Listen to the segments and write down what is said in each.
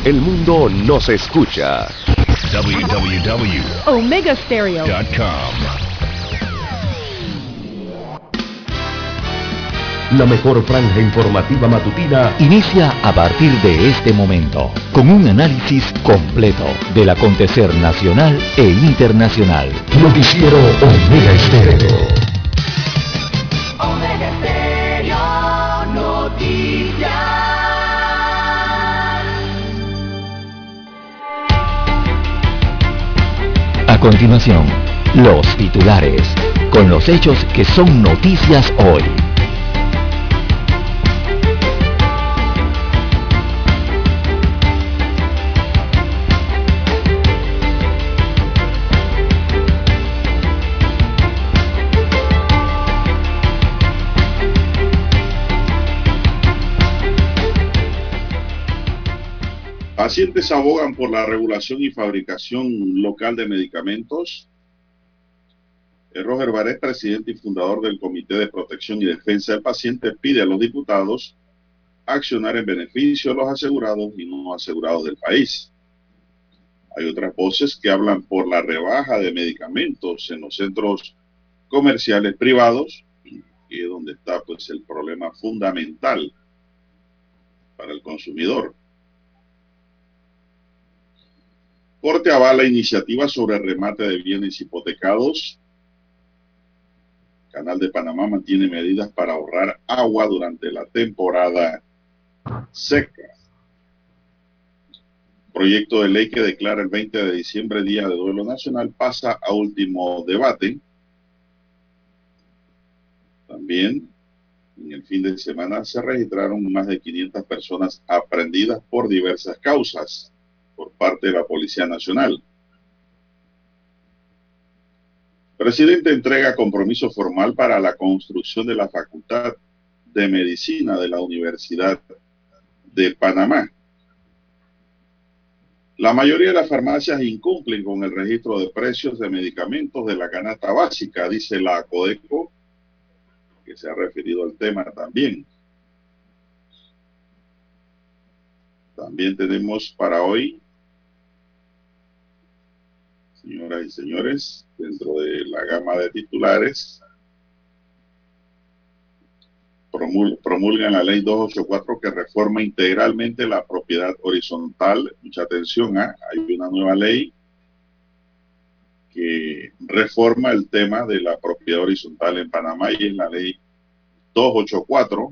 El mundo nos escucha. www.omegastereo.com. La mejor franja informativa matutina inicia a partir de este momento, con un análisis completo del acontecer nacional e internacional. Noticiero Omega Estéreo. Omega Estéreo Noticias. A continuación, los titulares, con los hechos que son noticias hoy. Pacientes abogan por la regulación y fabricación local de medicamentos. Roger Barrett, presidente y fundador del Comité de Protección y Defensa del Paciente, pide a los diputados accionar en beneficio de los asegurados y no asegurados del país. Hay otras voces que hablan por la rebaja de medicamentos en los centros comerciales privados, y es donde está pues el problema fundamental para el consumidor. Corte avala iniciativa sobre remate de bienes hipotecados. Canal de Panamá mantiene medidas para ahorrar agua durante la temporada seca. Proyecto de ley que declara el 20 de diciembre Día de Duelo Nacional pasa a último debate. También en el fin de semana se registraron más de 500 personas aprehendidas por diversas causas por parte de la Policía Nacional. Presidente entrega compromiso formal para la construcción de la Facultad de Medicina de la Universidad de Panamá. La mayoría de las farmacias incumplen con el registro de precios de medicamentos de la canasta básica, dice la Codeco, que se ha referido al tema también. También tenemos para hoy, señoras y señores, dentro de la gama de titulares, promulgan la ley 284 que reforma integralmente la propiedad horizontal. Mucha atención, hay una nueva ley que reforma el tema de la propiedad horizontal en Panamá y es la ley 284.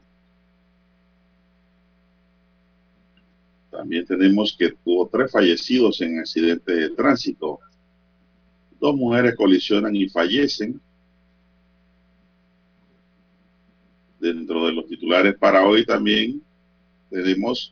También tenemos que tuvo 3 fallecidos en accidente de tránsito. 2 mujeres colisionan y fallecen. Dentro de los titulares para hoy también tenemos: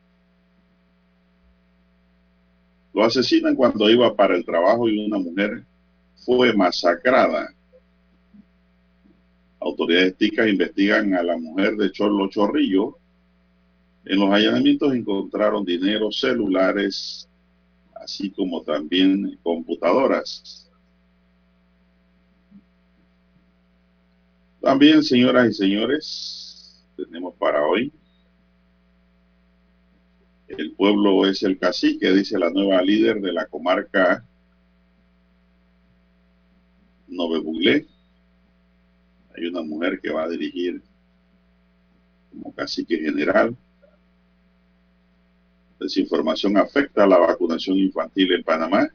lo asesinan cuando iba para el trabajo y una mujer fue masacrada. Autoridades ticas investigan a la mujer de Chorlo Chorrillo. En los allanamientos encontraron dinero, celulares, así como también computadoras. También, señoras y señores, tenemos para hoy: el pueblo es el cacique, dice la nueva líder de la comarca Nove Buglé. Hay una mujer que va a dirigir como cacique general. Desinformación afecta a la vacunación infantil en Panamá.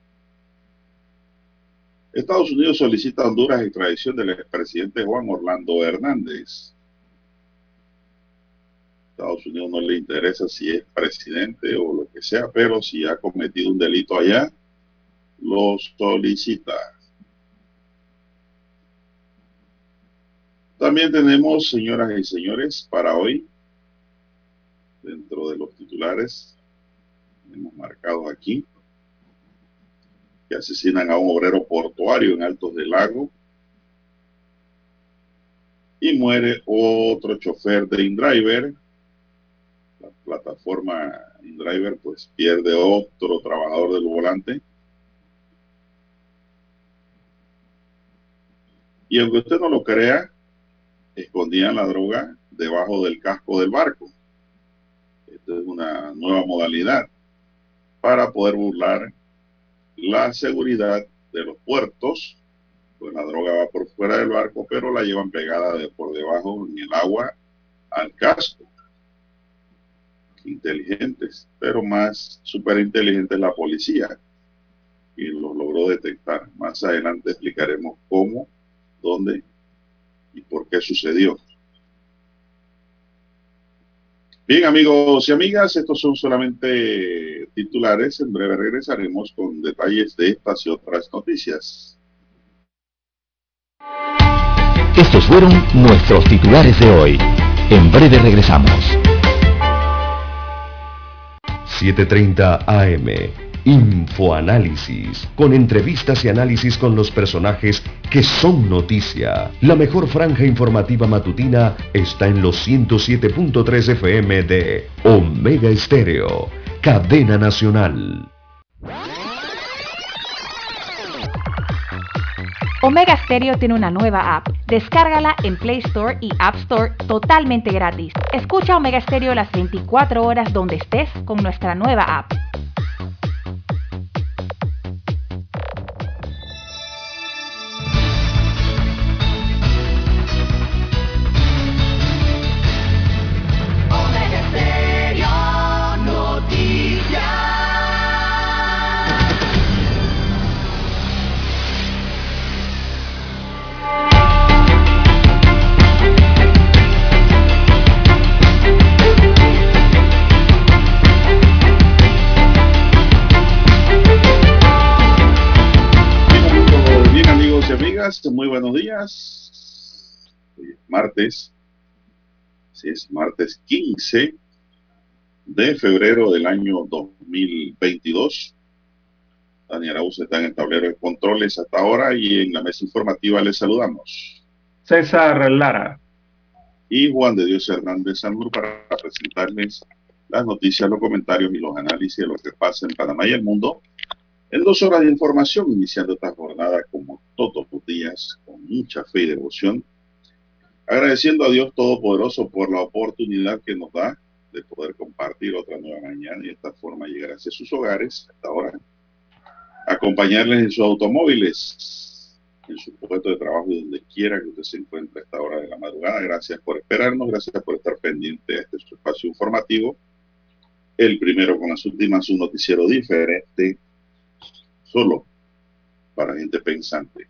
Estados Unidos solicita a Honduras extradición del expresidente Juan Orlando Hernández. Estados Unidos no le interesa si es presidente o lo que sea, pero si ha cometido un delito allá, lo solicita. También tenemos, señoras y señores, para hoy, dentro de los titulares, hemos marcado aquí, que asesinan a un obrero portuario en Altos del Lago y muere otro chofer de InDriver. La plataforma InDriver pues pierde otro trabajador del volante. Y aunque usted no lo crea, escondían la droga debajo del casco del barco. Esta es una nueva modalidad. para poder burlar la seguridad de los puertos. Pues la droga va por fuera del barco, pero la llevan pegada por debajo en el agua al casco. Inteligentes, pero más súper inteligente es la policía y los logró detectar. Más adelante explicaremos cómo, dónde y por qué sucedió. Bien, amigos y amigas, estos son solamente titulares. En breve regresaremos con detalles de estas y otras noticias. Estos fueron nuestros titulares de hoy. En breve regresamos. 7:30 AM. Infoanálisis, con entrevistas y análisis con los personajes que son noticia. La mejor franja informativa matutina está en los 107.3 FM de Omega Estéreo, cadena nacional. Omega Stereo tiene una nueva app. Descárgala en Play Store y App Store totalmente gratis. Escucha Omega Stereo las 24 horas donde estés con nuestra nueva app. Omega Stereo Noticias. Bien, amigos y amigas, muy buenos días. Hoy es martes. Sí, es martes 15 de febrero del año 2022. Daniel Arauz está en el tablero de controles hasta ahora y en la mesa informativa les saludamos. César Lara. Y Juan de Dios Hernández Sanur para presentarles las noticias, los comentarios y los análisis de lo que pasa en Panamá y el mundo en 2 horas de información, iniciando esta jornada como todos los días, con mucha fe y devoción, agradeciendo a Dios Todopoderoso por la oportunidad que nos da de poder compartir otra nueva mañana y de esta forma llegar hacia sus hogares hasta ahora, acompañarles en sus automóviles, en su puesto de trabajo y donde quiera que usted se encuentre a esta hora de la madrugada. Gracias por esperarnos, gracias por estar pendiente de este su espacio informativo, el primero con las últimas, un noticiero diferente, solo para gente pensante.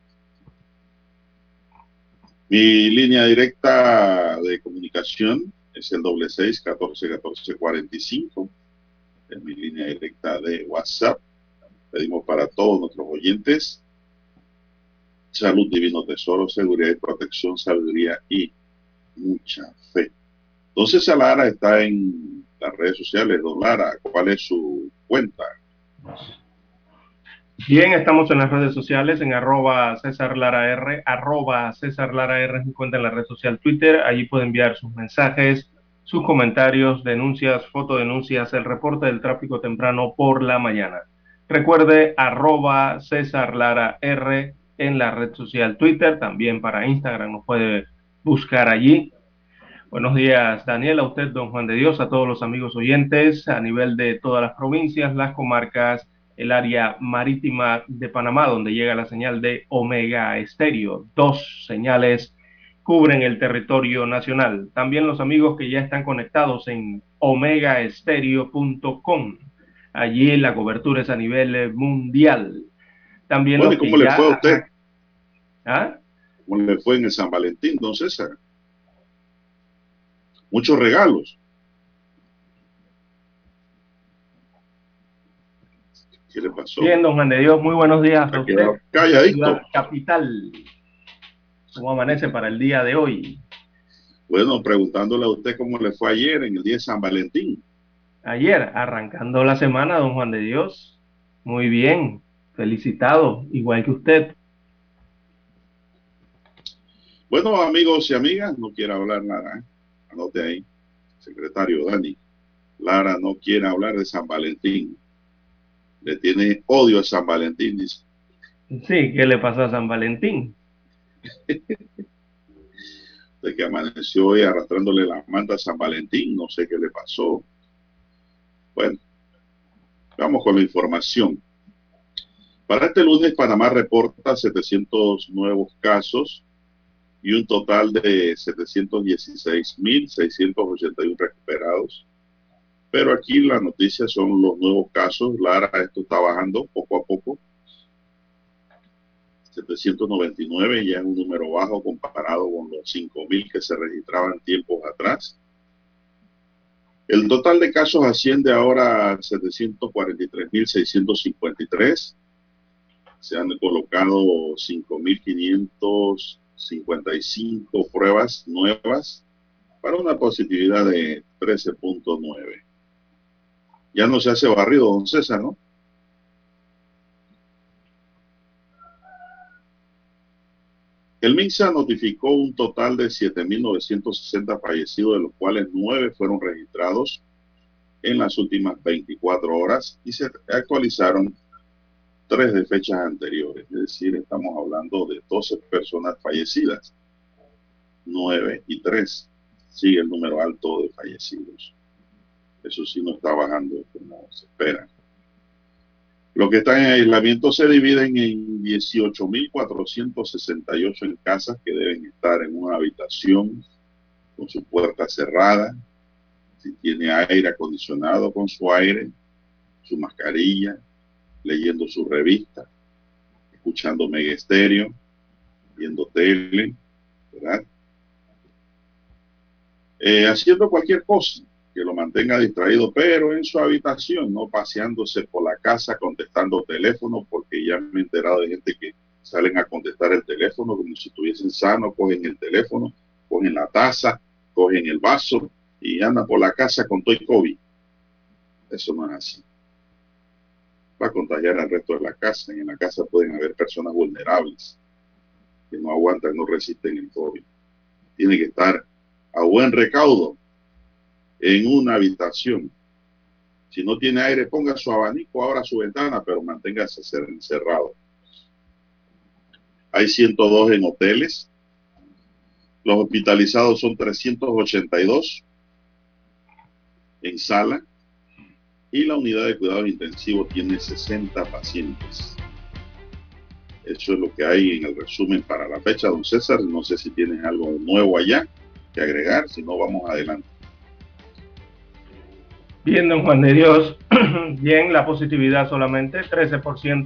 Mi línea directa de comunicación es el 661-14-14-45. Es mi línea directa de WhatsApp. Pedimos para todos nuestros oyentes salud, divino tesoro, seguridad y protección, sabiduría y mucha fe. Entonces, Lara está en las redes sociales. Don Lara, ¿cuál es su cuenta? Bien, estamos en las redes sociales, en @CésarLaraR, @CésarLaraR, se encuentra en la red social Twitter. Allí puede enviar sus mensajes, sus comentarios, denuncias, fotodenuncias, el reporte del tráfico temprano por la mañana. Recuerde, @CésarLaraR en la red social Twitter, también para Instagram nos puede buscar allí. Buenos días, Daniel, a usted, don Juan de Dios, a todos los amigos oyentes a nivel de todas las provincias, las comarcas, el área marítima de Panamá, donde llega la señal de Omega Estéreo. 2 señales cubren el territorio nacional. También los amigos que ya están conectados en omegaestereo.com. Allí la cobertura es a nivel mundial. También Bueno, los ¿cómo que le fue a usted? ¿Ah? ¿Cómo le fue en el San Valentín, don César? Muchos regalos. ¿Qué le pasó? Bien, don Juan de Dios, muy buenos días a usted. Calladito. Ciudad capital. ¿Cómo amanece para el día de hoy? Bueno, preguntándole a usted cómo le fue ayer en el día de San Valentín. Ayer, arrancando la semana, don Juan de Dios. Muy bien, felicitado, igual que usted. Bueno, amigos y amigas, no quiero hablar nada. Anote ahí, secretario Dani. Lara no quiere hablar de San Valentín. Le tiene odio a San Valentín, dice. Sí, ¿qué le pasó a San Valentín? De que amaneció hoy arrastrándole la manta a San Valentín, no sé qué le pasó. Bueno, Vamos con la información. Para este lunes, Panamá reporta 700 nuevos casos y un total de 716.681 recuperados. Pero aquí la noticia son los nuevos casos. Lara, esto está bajando poco a poco. 799 ya es un número bajo comparado con los 5.000 que se registraban tiempos atrás. El total de casos asciende ahora a 743.653. Se han colocado 5.555 pruebas nuevas para una positividad de 13.9. Ya no se hace barrido, don César, ¿no? El MINSA notificó un total de 7.960 fallecidos, de los cuales 9 fueron registrados en las últimas 24 horas y se actualizaron 3 de fechas anteriores. Es decir, estamos hablando de 12 personas fallecidas, 9 y 3. Sigue el número alto de fallecidos. Eso sí no está bajando como se espera. Los que están en aislamiento se dividen en 18.468 en casas que deben estar en una habitación con su puerta cerrada, si tiene aire acondicionado con su aire, su mascarilla, leyendo su revista, escuchando Mega Estéreo, viendo tele, ¿verdad? Haciendo cualquier cosa que lo mantenga distraído, pero en su habitación, no paseándose por la casa contestando teléfono, porque ya me he enterado de gente que salen a contestar el teléfono como si estuviesen sanos, cogen el teléfono, cogen la taza, cogen el vaso y andan por la casa con todo el COVID. Eso no es así. Va a contagiar al resto de la casa, y en la casa pueden haber personas vulnerables que no aguantan, no resisten el COVID. Tiene que estar a buen recaudo en una habitación. Si no tiene aire, ponga su abanico, abra su ventana, pero manténgase encerrado. Hay 102 en hoteles. Los hospitalizados son 382 en sala. Y la unidad de cuidados intensivos tiene 60 pacientes. Eso es lo que hay en el resumen para la fecha, don César. No sé si tienes algo nuevo allá que agregar, si no, vamos adelante. Bien, don Juan de Dios. Bien, la positividad solamente 13%,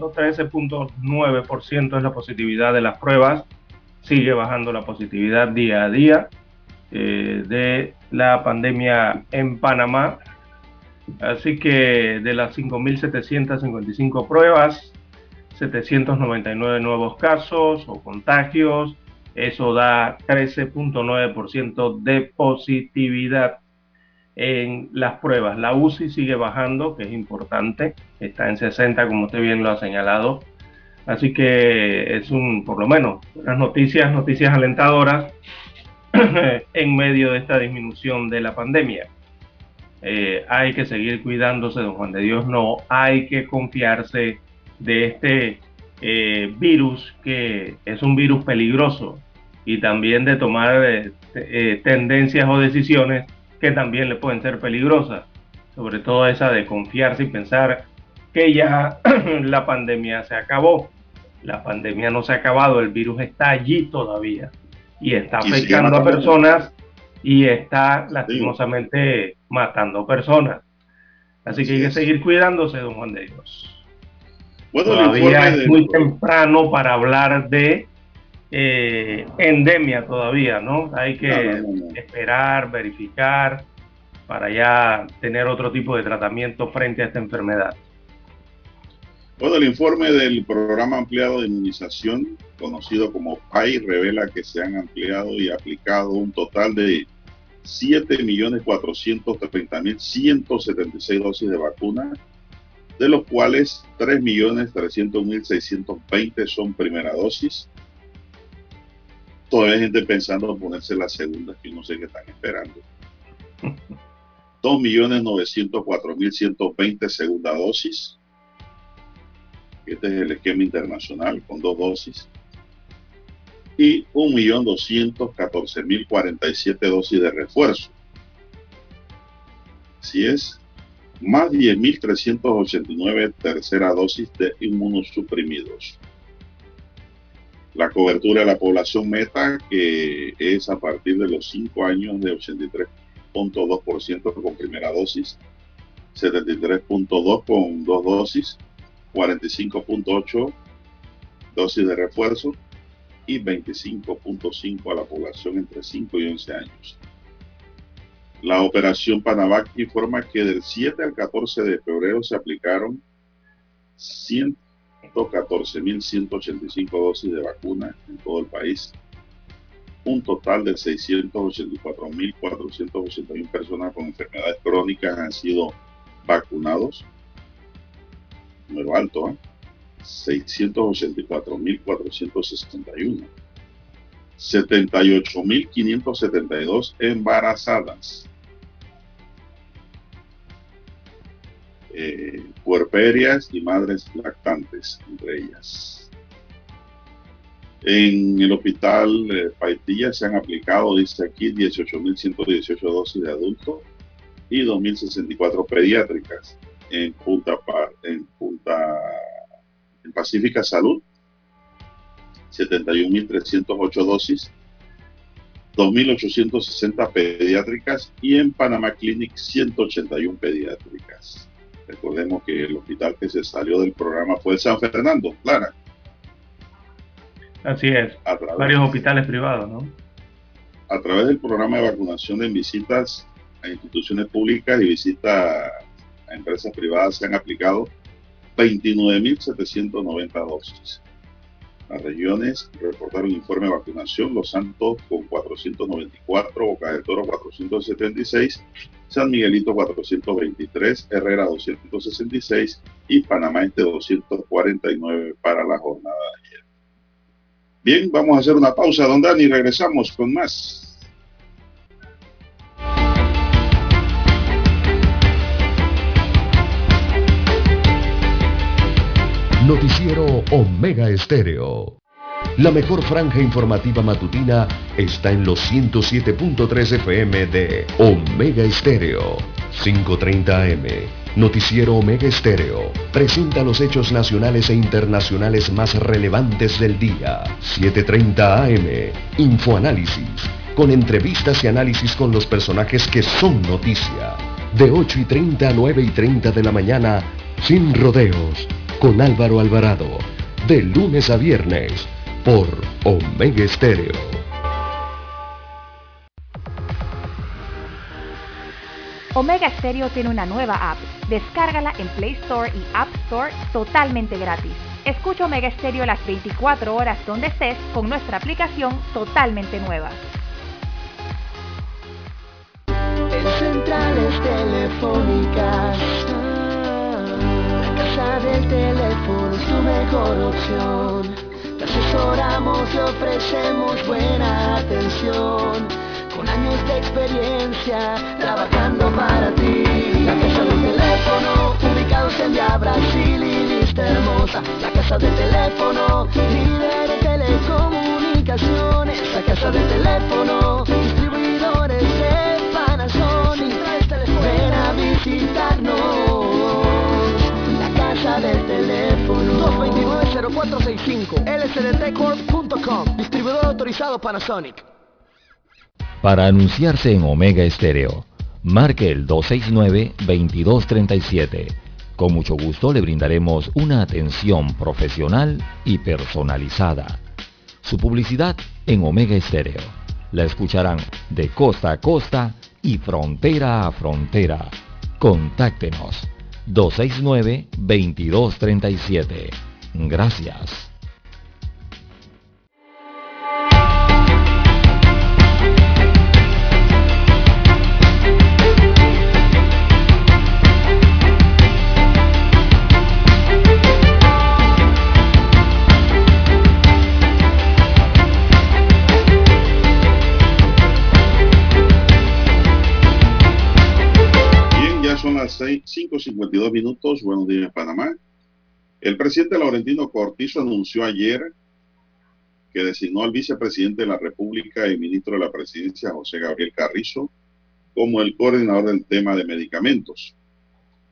13.9% es la positividad de las pruebas. Sigue bajando la positividad día a día de la pandemia en Panamá. Así que de las 5.755 pruebas, 799 nuevos casos o contagios, eso da 13.9% de positividad en las pruebas. La UCI sigue bajando, que es importante, está en 60, como usted bien lo ha señalado. Así que es por lo menos, unas noticias alentadoras en medio de esta disminución de la pandemia. Hay que seguir cuidándose, don Juan de Dios, no hay que confiarse de este virus, que es un virus peligroso, y también de tomar tendencias o decisiones que también le pueden ser peligrosas, sobre todo esa de confiarse y pensar que ya la pandemia se acabó. La pandemia no se ha acabado, el virus está allí todavía y está afectando a personas y está lastimosamente matando personas. Así que hay que seguir cuidándose, don Juan de Dios. Bueno, todavía es muy temprano para hablar de endemia todavía, ¿no? Hay que esperar, verificar, para ya tener otro tipo de tratamiento frente a esta enfermedad. Bueno, el informe del programa ampliado de inmunización, conocido como PAI, revela que se han ampliado y aplicado un total de 7.430.176 dosis de vacuna, de los cuales 3.300.620 son primera dosis. Todavía hay gente pensando en ponerse la segunda, que no sé qué están esperando. 2.904.120 segunda dosis. Este es el esquema internacional con 2 dosis. Y 1.214.047 dosis de refuerzo. Así es. más 10.389 tercera dosis de inmunosuprimidos. La cobertura de la población meta, que es a partir de los 5 años, de 83.2% con primera dosis, 73.2% con 2 dosis, 45.8% dosis de refuerzo y 25.5% a la población entre 5 y 11 años. La operación Panavac informa que del 7 al 14 de febrero se aplicaron 114.185 dosis de vacuna en todo el país. Un total de 684.481 personas con enfermedades crónicas han sido vacunados. Número alto, ¿eh? 684.461. 78.572 embarazadas. Puerperias y madres lactantes, entre ellas. En el hospital Paitilla se han aplicado, dice aquí, 18.118 dosis de adultos y 2.064 pediátricas. En Pacífica Salud, 71.308 dosis, 2.860 pediátricas, y en Panamá Clinic 181 pediátricas. Recordemos que el hospital que se salió del programa fue el San Fernando, Clara. Así es, varios hospitales privados, ¿no? A través del programa de vacunación en visitas a instituciones públicas y visitas a empresas privadas se han aplicado 29.790 dosis. Las regiones reportaron informe de vacunación: Los Santos con 494, Boca del Toro 476, San Miguelito 423, Herrera 266 y Panamá Este 249 para la jornada de ayer. Bien, vamos a hacer una pausa, don Dani, regresamos con más. Noticiero Omega Estéreo. La mejor franja informativa matutina está en los 107.3 FM de Omega Estéreo. 5:30 AM. Noticiero Omega Estéreo presenta los hechos nacionales e internacionales más relevantes del día. 7:30 AM. Infoanálisis, con entrevistas y análisis con los personajes que son noticia. De 8:30 a 9:30 de la mañana, Sin Rodeos, con Álvaro Alvarado, de lunes a viernes, por Omega Estéreo. Omega Stereo tiene una nueva app. Descárgala en Play Store y App Store totalmente gratis. Escucha Omega Stereo las 24 horas donde estés con nuestra aplicación totalmente nueva. En centrales telefónicas, la casa del teléfono es tu mejor opción. Te asesoramos y ofrecemos buena atención, con años de experiencia trabajando para ti. La casa del teléfono, ubicados en Via Brasil y Vista Hermosa. La casa del teléfono, líder en telecomunicaciones. La casa del teléfono, distribuidores de Panasonic. Ven a visitarnos. La casa del teléfono, 229-0465, lsdtcorp.com, distribuidor autorizado Panasonic. Para anunciarse en Omega Estéreo, marque el 269-2237. Con mucho gusto le brindaremos una atención profesional y personalizada. Su publicidad en Omega Estéreo la escucharán de costa a costa y frontera a frontera. Contáctenos 269-2237. Gracias. Son las 5:52 minutos. Buenos días, Panamá. El presidente Laurentino Cortizo anunció ayer que designó al vicepresidente de la República y ministro de la Presidencia, José Gabriel Carrizo, como el coordinador del tema de medicamentos.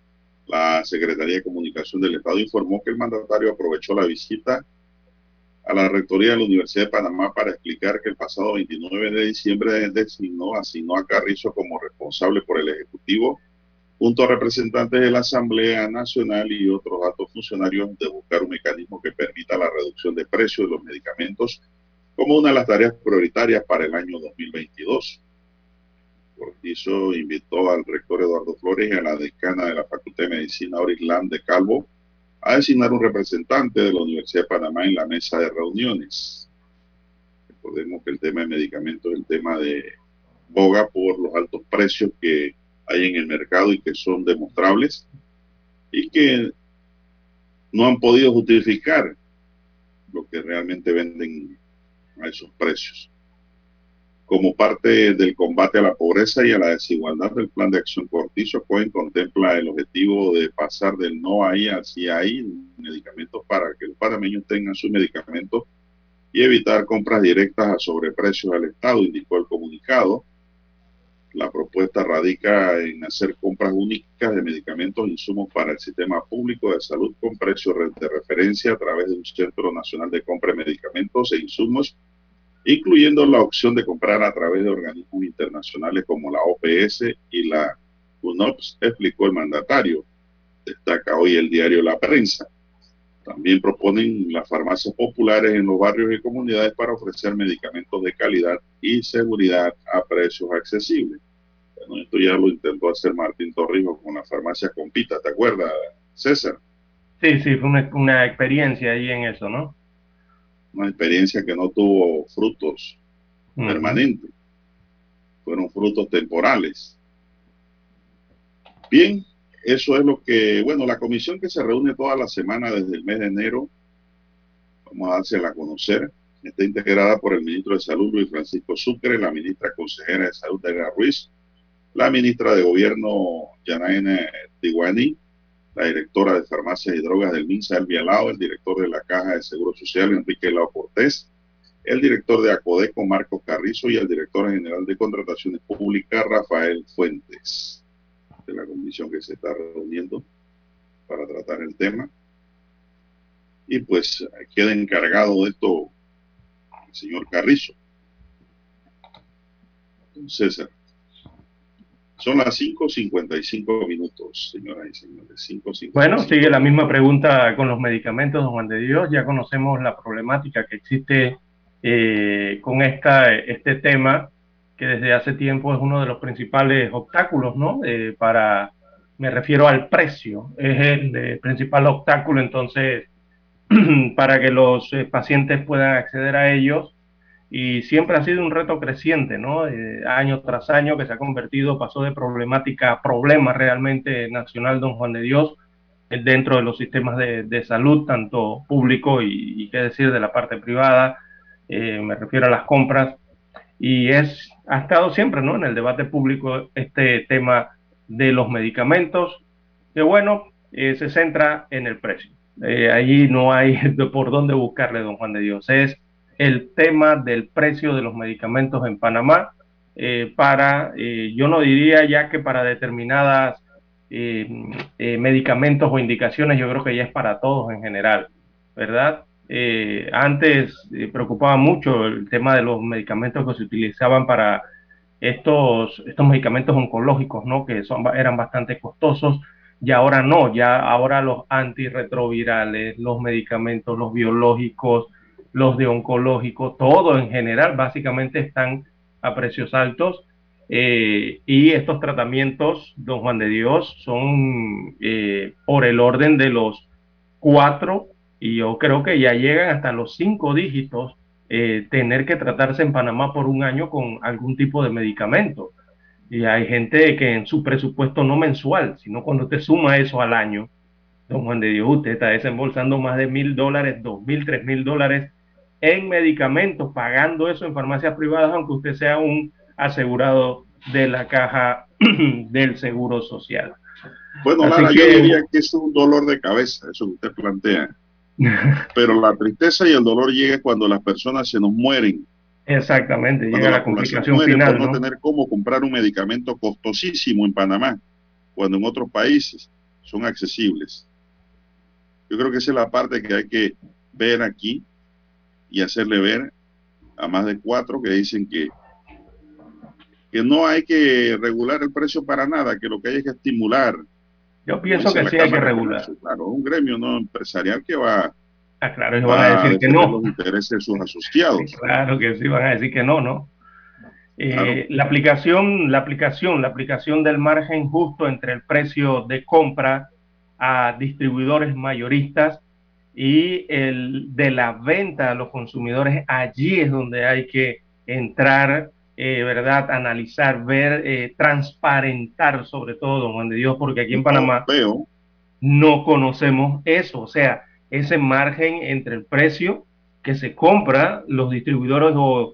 La Secretaría de Comunicación del Estado informó que el mandatario aprovechó la visita a la Rectoría de la Universidad de Panamá para explicar que el pasado 29 de diciembre asignó a Carrizo como responsable por el Ejecutivo, junto a representantes de la Asamblea Nacional y otros altos funcionarios, de buscar un mecanismo que permita la reducción de precios de los medicamentos como una de las tareas prioritarias para el año 2022. Cortizo invitó al rector Eduardo Flores y a la decana de la Facultad de Medicina, Orislam de Calvo, a designar un representante de la Universidad de Panamá en la mesa de reuniones. Recordemos que el tema de medicamentos es el tema de boga por los altos precios que hay en el mercado y que son demostrables y que no han podido justificar lo que realmente venden a esos precios. Como parte del combate a la pobreza y a la desigualdad, del Plan de Acción Cortizo COEN contempla el objetivo de pasar del no hay al sí hay medicamentos para que los panameños tengan sus medicamentos y evitar compras directas a sobreprecios al Estado, indicó el comunicado. La propuesta radica en hacer compras únicas de medicamentos e insumos para el sistema público de salud con precios de referencia a través de un Centro Nacional de Compra de Medicamentos e Insumos, incluyendo la opción de comprar a través de organismos internacionales como la OPS y la UNOPS, explicó el mandatario. Destaca hoy el diario La Prensa. También proponen las farmacias populares en los barrios y comunidades para ofrecer medicamentos de calidad y seguridad a precios accesibles. Bueno, esto ya lo intentó hacer Martín Torrijos con la farmacia Compita, ¿te acuerdas, César? Sí, sí, fue una experiencia ahí en eso, ¿no? Una experiencia que no tuvo frutos permanentes, fueron frutos temporales. Bien, eso es lo que, bueno, la comisión que se reúne toda la semana desde el mes de enero, vamos a dársela a conocer, está integrada por el ministro de Salud, Luis Francisco Sucre, la ministra consejera de Salud, Delga Ruiz, la ministra de Gobierno, Yanaina Tiguani, la directora de Farmacias y Drogas del MINSA, Elvia Lao, el director de la Caja de Seguro Social, Enrique Lao Cortés, el director de Acodeco, Marcos Carrizo, y el director general de Contrataciones Públicas, Rafael Fuentes, de la comisión que se está reuniendo para tratar el tema. Y pues queda encargado de esto el señor Carrizo. César. Son las 5:55 minutos, señoras y señores. 5:55. Bueno, sigue la misma pregunta con los medicamentos, don Juan de Dios. Ya conocemos la problemática que existe con este tema, que desde hace tiempo es uno de los principales obstáculos, ¿no? Me refiero al precio, es el principal obstáculo, entonces, para que los pacientes puedan acceder a ellos. Y siempre ha sido un reto creciente, ¿no? Año tras año, que se ha convertido, pasó de problemática a problema realmente nacional, don Juan de Dios, dentro de los sistemas de salud, tanto público y qué decir de la parte privada, me refiero a las compras, y ha estado siempre, ¿no?, en el debate público este tema de los medicamentos, que bueno, se centra en el precio. Allí no hay por dónde buscarle, don Juan de Dios. Es el tema del precio de los medicamentos en Panamá, yo no diría ya que para determinadas medicamentos o indicaciones, yo creo que ya es para todos en general, ¿verdad? Antes preocupaba mucho el tema de los medicamentos que se utilizaban para estos medicamentos oncológicos, ¿no?, que eran bastante costosos, y ahora no, ya ahora los antirretrovirales, los medicamentos, los biológicos, los de oncológicos, todo en general básicamente están a precios altos, y estos tratamientos, don Juan de Dios, son por el orden de los 4, y yo creo que ya llegan hasta los 5 dígitos, tener que tratarse en Panamá por un año con algún tipo de medicamento. Y hay gente que en su presupuesto no mensual, sino cuando usted suma eso al año, don Juan de Dios, usted está desembolsando más de $1,000, $2,000, $3,000 en medicamentos, pagando eso en farmacias privadas, aunque usted sea un asegurado de la caja del Seguro Social. Bueno, así Lara, que yo diría que es un dolor de cabeza, eso que usted plantea. Pero la tristeza y el dolor llega cuando las personas se nos mueren. Exactamente, cuando llega la complicación final, por no tener cómo comprar un medicamento costosísimo en Panamá, cuando en otros países son accesibles. Yo creo que esa es la parte que hay que ver aquí y hacerle ver a más de 4 que dicen que no hay que regular el precio para nada, que lo que hay es que estimular. Yo pienso que sí hay que regular. Claro, un gremio no empresarial que va, claro, ellos van a va a decir que defender no. los intereses de sus asociados. Claro que sí, van a decir que no, ¿no? Claro. La aplicación del margen justo entre el precio de compra a distribuidores mayoristas y el de la venta a los consumidores, allí es donde hay que entrar, ¿verdad? Analizar, ver, transparentar sobre todo, don Juan de Dios, porque aquí en Panamá no conocemos eso, o sea, ese margen entre el precio que se compra los distribuidores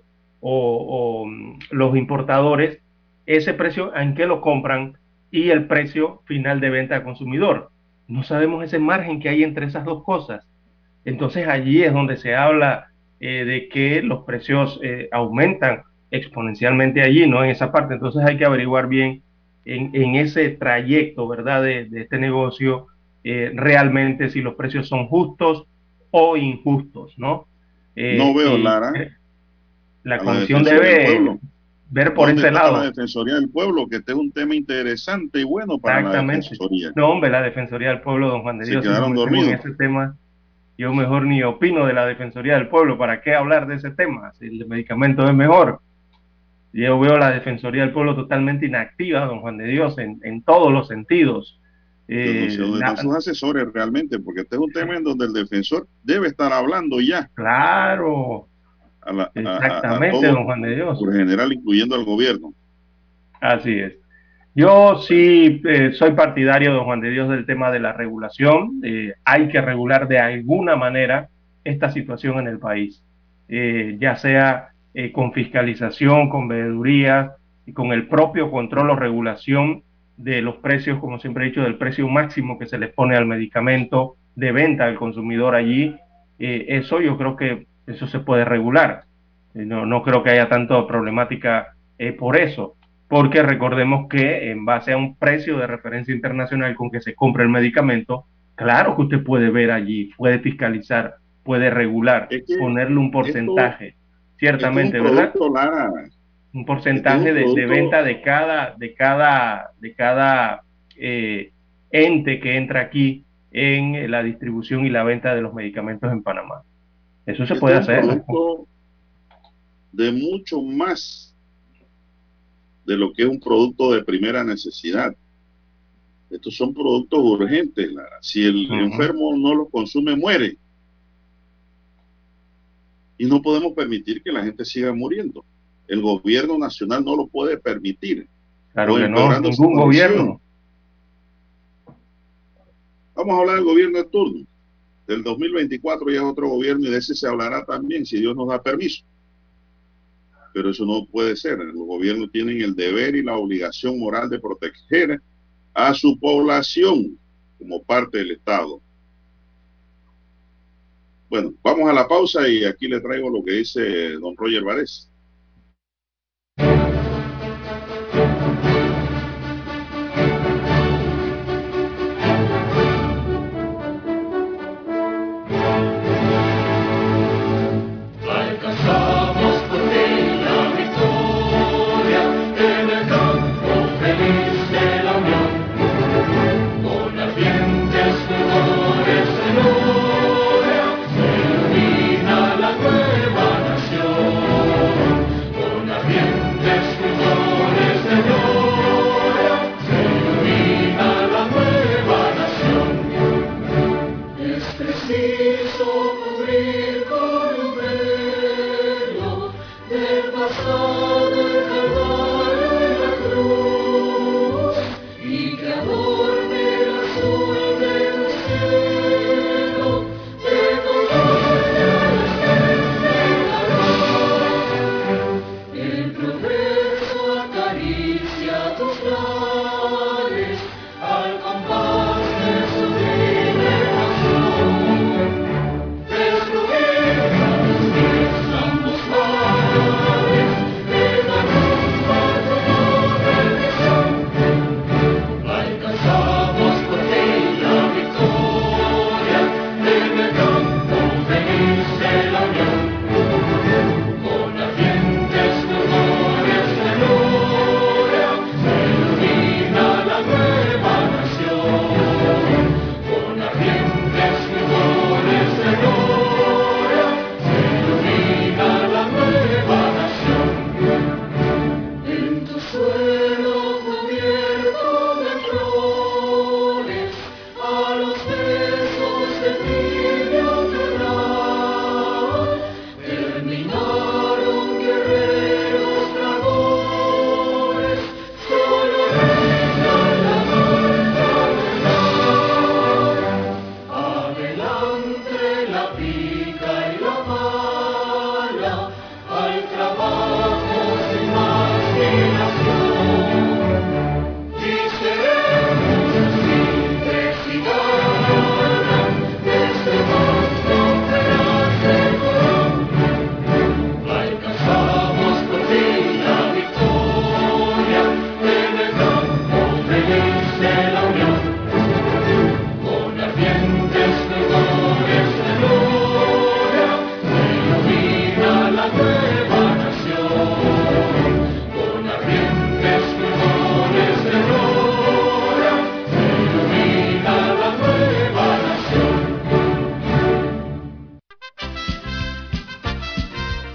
o los importadores, ese precio en que lo compran y el precio final de venta al consumidor. No sabemos ese margen que hay entre esas dos cosas. Entonces allí es donde se habla de que los precios aumentan exponencialmente allí, ¿no? En esa parte. Entonces hay que averiguar bien en ese trayecto, ¿verdad? De este negocio, realmente si los precios son justos o injustos, ¿no? No veo, Lara, la comisión debe ver por ese lado. La Defensoría del Pueblo, que este es un tema interesante y bueno para la Defensoría. No, hombre, la Defensoría del Pueblo, don Juan de Dios, se quedaron dormidos en ese tema. Yo mejor ni opino de la Defensoría del Pueblo. ¿Para qué hablar de ese tema? Si el medicamento es mejor. Yo veo la Defensoría del Pueblo totalmente inactiva, don Juan de Dios, en todos los sentidos. Yo no sé dónde están sus asesores realmente, porque este es un tema en donde el defensor debe estar hablando ya. Claro. Exactamente, don Juan de Dios. Por general, incluyendo al gobierno. Así es. Yo sí soy partidario, don Juan de Dios, del tema de la regulación. Hay que regular de alguna manera esta situación en el país, ya sea con fiscalización, con veedurías y con el propio control o regulación de los precios, como siempre he dicho, del precio máximo que se les pone al medicamento de venta al consumidor allí. Eso yo creo que eso se puede regular. No creo que haya tanta problemática por eso. Porque recordemos que en base a un precio de referencia internacional con que se compra el medicamento, claro que usted puede ver allí, puede fiscalizar, puede regular, ponerle un porcentaje, ciertamente, ¿verdad? Lara, un porcentaje de venta de cada ente que entra aquí en la distribución y la venta de los medicamentos en Panamá. Eso se puede hacer. Es un producto de mucho más de lo que es un producto de primera necesidad. Estos son productos urgentes, Lara. Si el enfermo no los consume, muere. Y no podemos permitir que la gente siga muriendo. El gobierno nacional no lo puede permitir. Claro que no, ningún gobierno. Vamos a hablar del gobierno de turno. Del 2024 ya es otro gobierno y de ese se hablará también, si Dios nos da permiso. Pero eso no puede ser. Los gobiernos tienen el deber y la obligación moral de proteger a su población como parte del Estado. Bueno, vamos a la pausa y aquí le traigo lo que dice don Roger Varés. Y que adorne el azul del cielo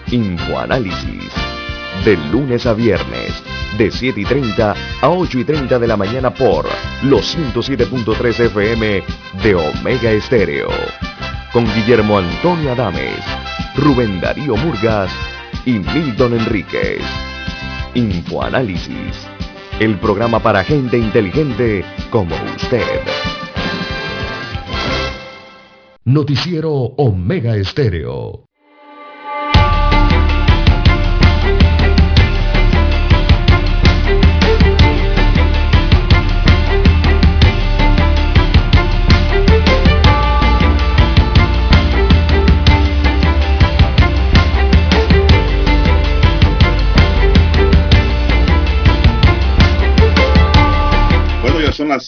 Infoanálisis. De lunes a viernes, de 7:30 a 8:30 de la mañana por los 107.3 FM de Omega Estéreo. Con Guillermo Antonio Adames, Rubén Darío Murgas y Milton Enríquez. Infoanálisis. El programa para gente inteligente como usted. Noticiero Omega Estéreo. Son las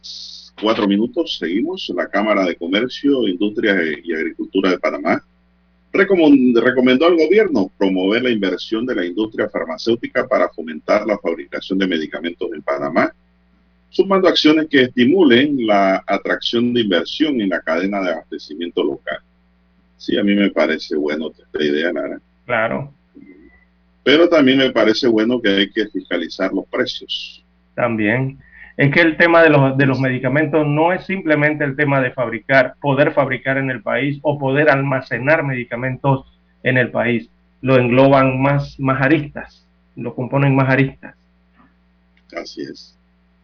6:04. Seguimos. La Cámara de Comercio, Industria y Agricultura de Panamá recomendó al gobierno promover la inversión de la industria farmacéutica para fomentar la fabricación de medicamentos en Panamá, sumando acciones que estimulen la atracción de inversión en la cadena de abastecimiento local. Sí, a mí me parece bueno esta idea, Lara. Claro. Pero también me parece bueno que hay que fiscalizar los precios. También. Es que el tema de los medicamentos no es simplemente el tema de poder fabricar en el país o poder almacenar medicamentos en el país. Lo engloban más aristas, lo componen más aristas. Así es.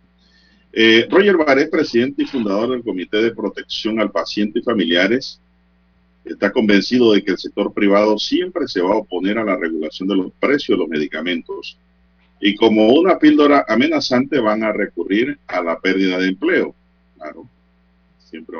Roger Barrett, presidente y fundador del Comité de Protección al Paciente y Familiares, está convencido de que el sector privado siempre se va a oponer a la regulación de los precios de los medicamentos. Y como una píldora amenazante van a recurrir a la pérdida de empleo. Claro, siempre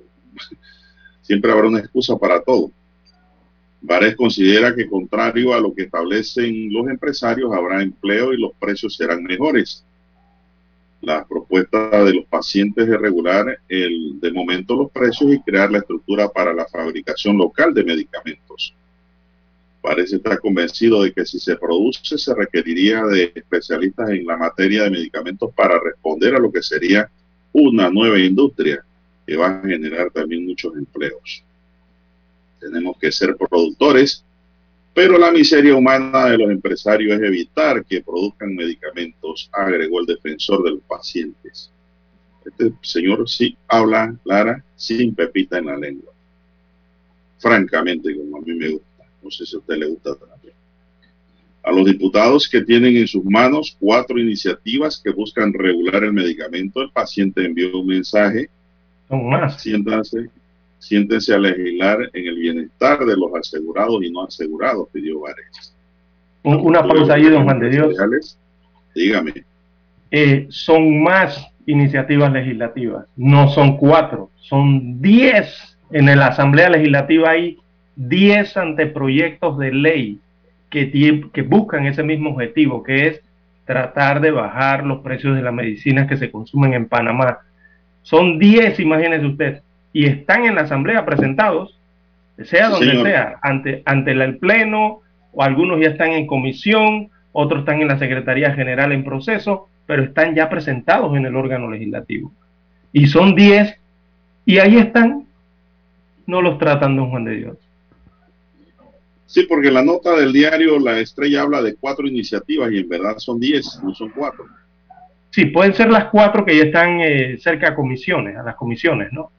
habrá una excusa para todo. Vares considera que contrario a lo que establecen los empresarios, habrá empleo y los precios serán mejores. La propuesta de los pacientes es regular de momento los precios y crear la estructura para la fabricación local de medicamentos. Parece estar convencido de que si se produce se requeriría de especialistas en la materia de medicamentos para responder a lo que sería una nueva industria que va a generar también muchos empleos. Tenemos que ser productores, pero la miseria humana de los empresarios es evitar que produzcan medicamentos, agregó el defensor de los pacientes. Este señor sí habla, Lara, sin pepita en la lengua. Francamente, como a mí me gusta. No sé si a usted le gusta también. A los diputados que tienen en sus manos 4 iniciativas que buscan regular el medicamento, el paciente envió un mensaje. Son más. Siéntense a legislar en el bienestar de los asegurados y no asegurados, pidió Vares. Una pausa ahí, don Juan de Dios. Dígame. Son más iniciativas legislativas. No son 4, son 10. En la Asamblea Legislativa hay 10 anteproyectos de ley que buscan ese mismo objetivo, que es tratar de bajar los precios de las medicinas que se consumen en Panamá. Son 10, imagínese usted, y están en la Asamblea presentados, sea donde señor. Sea, ante el Pleno, o algunos ya están en comisión, otros están en la Secretaría General en proceso, pero están ya presentados en el órgano legislativo. Y son 10, y ahí están, no los tratan, don Juan de Dios. Sí, porque la nota del diario La Estrella habla de 4 iniciativas y en verdad son 10, no son 4. Sí, pueden ser las 4 que ya están cerca a las comisiones, ¿no?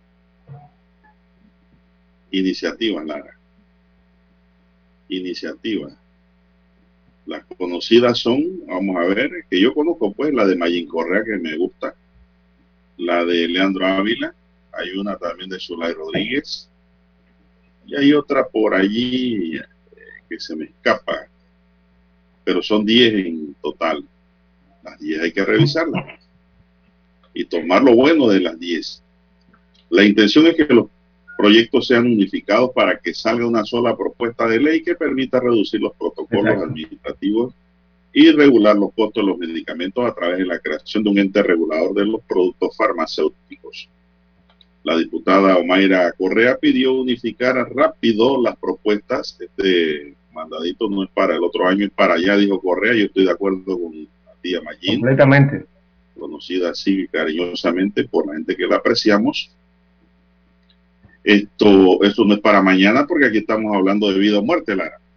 Iniciativas, Lara. Iniciativas. Las conocidas son, vamos a ver, que yo conozco pues la de Mayín Correa, que me gusta, la de Leandro Ávila, hay una también de Zulay Rodríguez, y hay otra por allí que se me escapa, pero son 10 en total. Las 10 hay que revisarlas y tomar lo bueno de las 10. La intención es que los proyectos sean unificados para que salga una sola propuesta de ley que permita reducir los protocolos administrativos y regular los costos de los medicamentos a través de la creación de un ente regulador de los productos farmacéuticos. La diputada Omaira Correa pidió unificar rápido las propuestas. Este mandadito no es para el otro año, es para allá, dijo Correa. Yo estoy de acuerdo con la tía Mayín. Completamente. Conocida así cariñosamente por la gente que la apreciamos. Esto no es para mañana porque aquí estamos hablando de vida o muerte, Lara.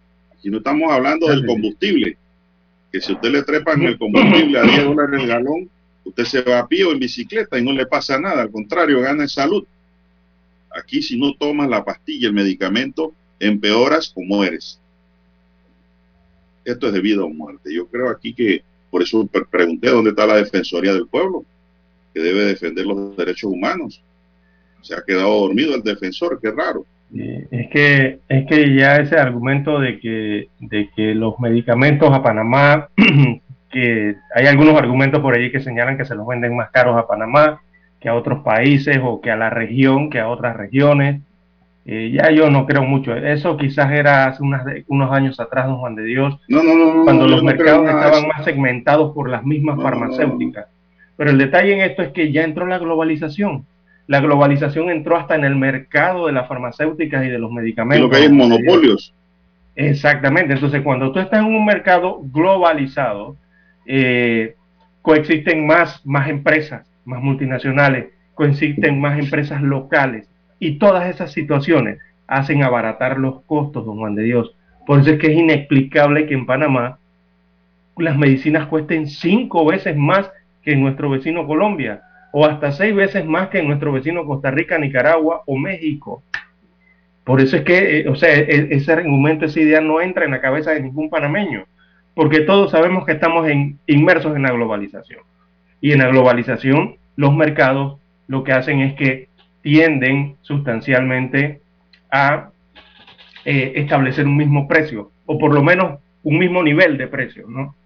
Y no estamos hablando del combustible, que si usted le trepan el combustible a $10 el galón, usted se va a pie o en bicicleta y no le pasa nada, al contrario, gana en salud. Aquí si no tomas la pastilla, el medicamento, empeoras o mueres. Esto es de vida o muerte. Yo creo aquí que, por eso pregunté dónde está la Defensoría del Pueblo, que debe defender los derechos humanos. Se ha quedado dormido el defensor, qué raro. Es que ya ese argumento de que los medicamentos a Panamá, que hay algunos argumentos por ahí que señalan que se los venden más caros a Panamá que a otros países o que a la región, que a otras regiones. Ya yo no creo mucho. Eso quizás era hace unos años atrás, don Juan de Dios, cuando los mercados estaban más segmentados por las mismas farmacéuticas. Pero el detalle en esto es que ya entró la globalización. La globalización entró hasta en el mercado de las farmacéuticas y de los medicamentos. Y lo que hay es monopolios. Exactamente. Entonces, cuando tú estás en un mercado globalizado, coexisten más empresas, más multinacionales, coexisten más empresas locales, y todas esas situaciones hacen abaratar los costos, don Juan de Dios. Por eso es que es inexplicable que en Panamá las medicinas cuesten 5 veces más que en nuestro vecino Colombia, o hasta 6 veces más que en nuestro vecino Costa Rica, Nicaragua o México. Por eso es que, ese argumento, esa idea no entra en la cabeza de ningún panameño, porque todos sabemos que estamos inmersos en la globalización. Y en la globalización, los mercados lo que hacen es que tienden sustancialmente a establecer un mismo precio, o por lo menos un mismo nivel de precio, ¿no?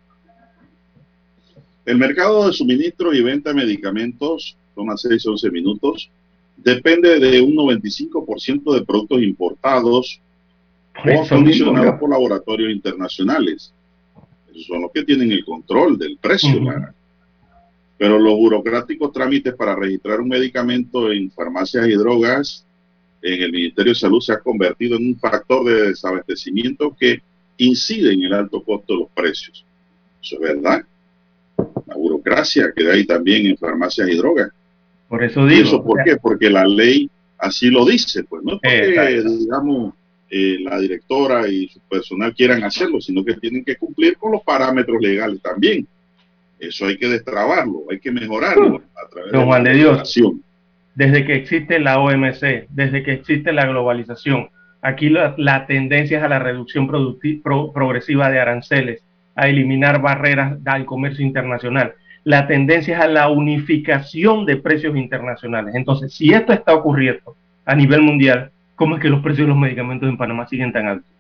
El mercado de suministro y venta de medicamentos, son las 6:11 minutos, depende de un 95% de productos importados o acondicionados por laboratorios internacionales. Esos son los que tienen el control del precio. Pero los burocráticos trámites para registrar un medicamento en farmacias y drogas en el Ministerio de Salud se ha convertido en un factor de desabastecimiento que incide en el alto costo de los precios. Eso es verdad. La burocracia que hay también en farmacias y drogas. Por eso digo. ¿Y eso por qué? Porque la ley así lo dice, pues no es porque, digamos, la directora y su personal quieran hacerlo, sino que tienen que cumplir con los parámetros legales también. Eso hay que destrabarlo, hay que mejorarlo a través de la legislación. Desde que existe la OMC, desde que existe la globalización, aquí la tendencia es a la reducción progresiva de aranceles, a eliminar barreras al comercio internacional. La tendencia es a la unificación de precios internacionales. Entonces, si esto está ocurriendo a nivel mundial, ¿cómo es que los precios de los medicamentos en Panamá siguen tan altos?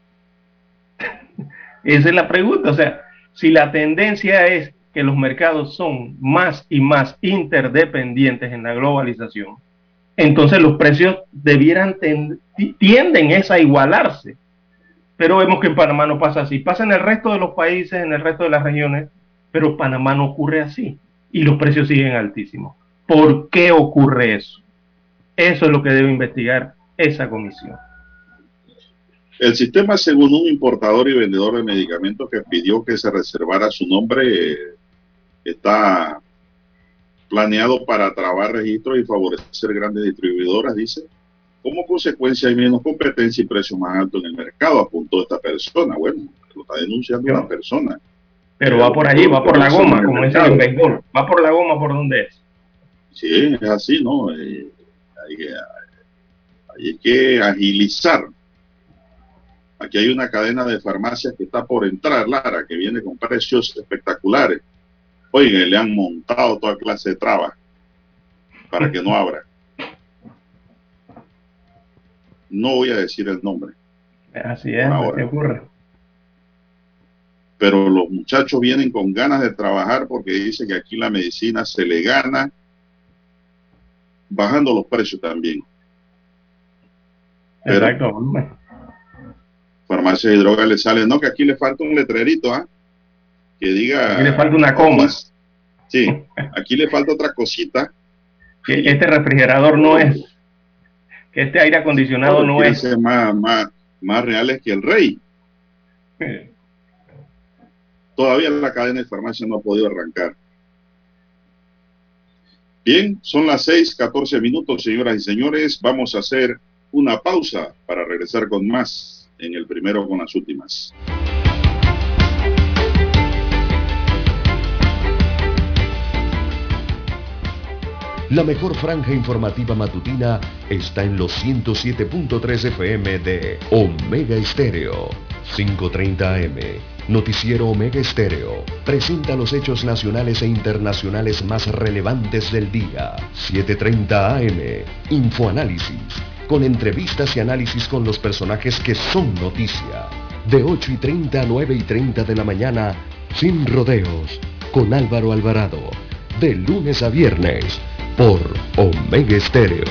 Esa es la pregunta. O sea, si la tendencia es que los mercados son más y más interdependientes en la globalización, entonces los precios tienden a igualarse. Pero vemos que en Panamá no pasa así. Pasa en el resto de los países, en el resto de las regiones, pero Panamá no ocurre así. Y los precios siguen altísimos. ¿Por qué ocurre eso? Eso es lo que debe investigar esa comisión. El sistema, según un importador y vendedor de medicamentos que pidió que se reservara su nombre, está planeado para trabar registros y favorecer grandes distribuidoras, dice. Como consecuencia hay menos competencia y precios más altos en el mercado, apuntó esta persona. Bueno, lo está denunciando una persona. Pero va por allí, va por la goma, como dicen en béisbol. Va por la goma por donde es. Sí, es así, ¿no? Hay que agilizar. Aquí hay una cadena de farmacias que está por entrar, Lara, que viene con precios espectaculares. Oiga, le han montado toda clase de trabas para que no abra. No voy a decir el nombre. Así es, ¿qué ocurre? Pero los muchachos vienen con ganas de trabajar porque dicen que aquí la medicina se le gana bajando los precios también. Exacto. Farmacias y drogas le salen, no, que aquí le falta un letrerito, que diga... Aquí le falta una coma. Sí, aquí le falta otra cosita. Que este refrigerador no es, que este aire acondicionado no es. Ser más reales que el rey. Todavía la cadena de farmacia no ha podido arrancar. Bien, son las 6:14 minutos, señoras y señores. Vamos a hacer una pausa para regresar con más en el primero con las últimas. La mejor franja informativa matutina está en los 107.3 FM de Omega Estéreo. 5:30 AM. Noticiero Omega Estéreo. Presenta los hechos nacionales e internacionales más relevantes del día. 7:30 AM. Infoanálisis. Con entrevistas y análisis con los personajes que son noticia. De 8:30 a 9:30 de la mañana. Sin rodeos. Con Álvaro Alvarado. De lunes a viernes. Por Omega Estéreo.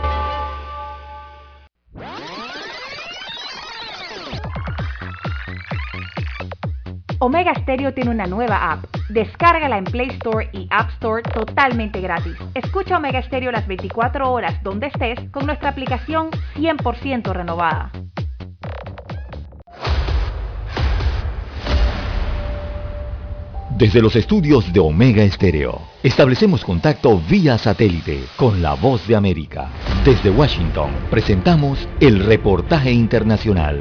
Omega Stereo tiene una nueva app. Descárgala en Play Store y App Store totalmente gratis. Escucha Omega Stereo las 24 horas donde estés con nuestra aplicación 100% renovada. Desde los estudios de Omega Estéreo, establecemos contacto vía satélite con la Voz de América. Desde Washington, presentamos el reportaje internacional.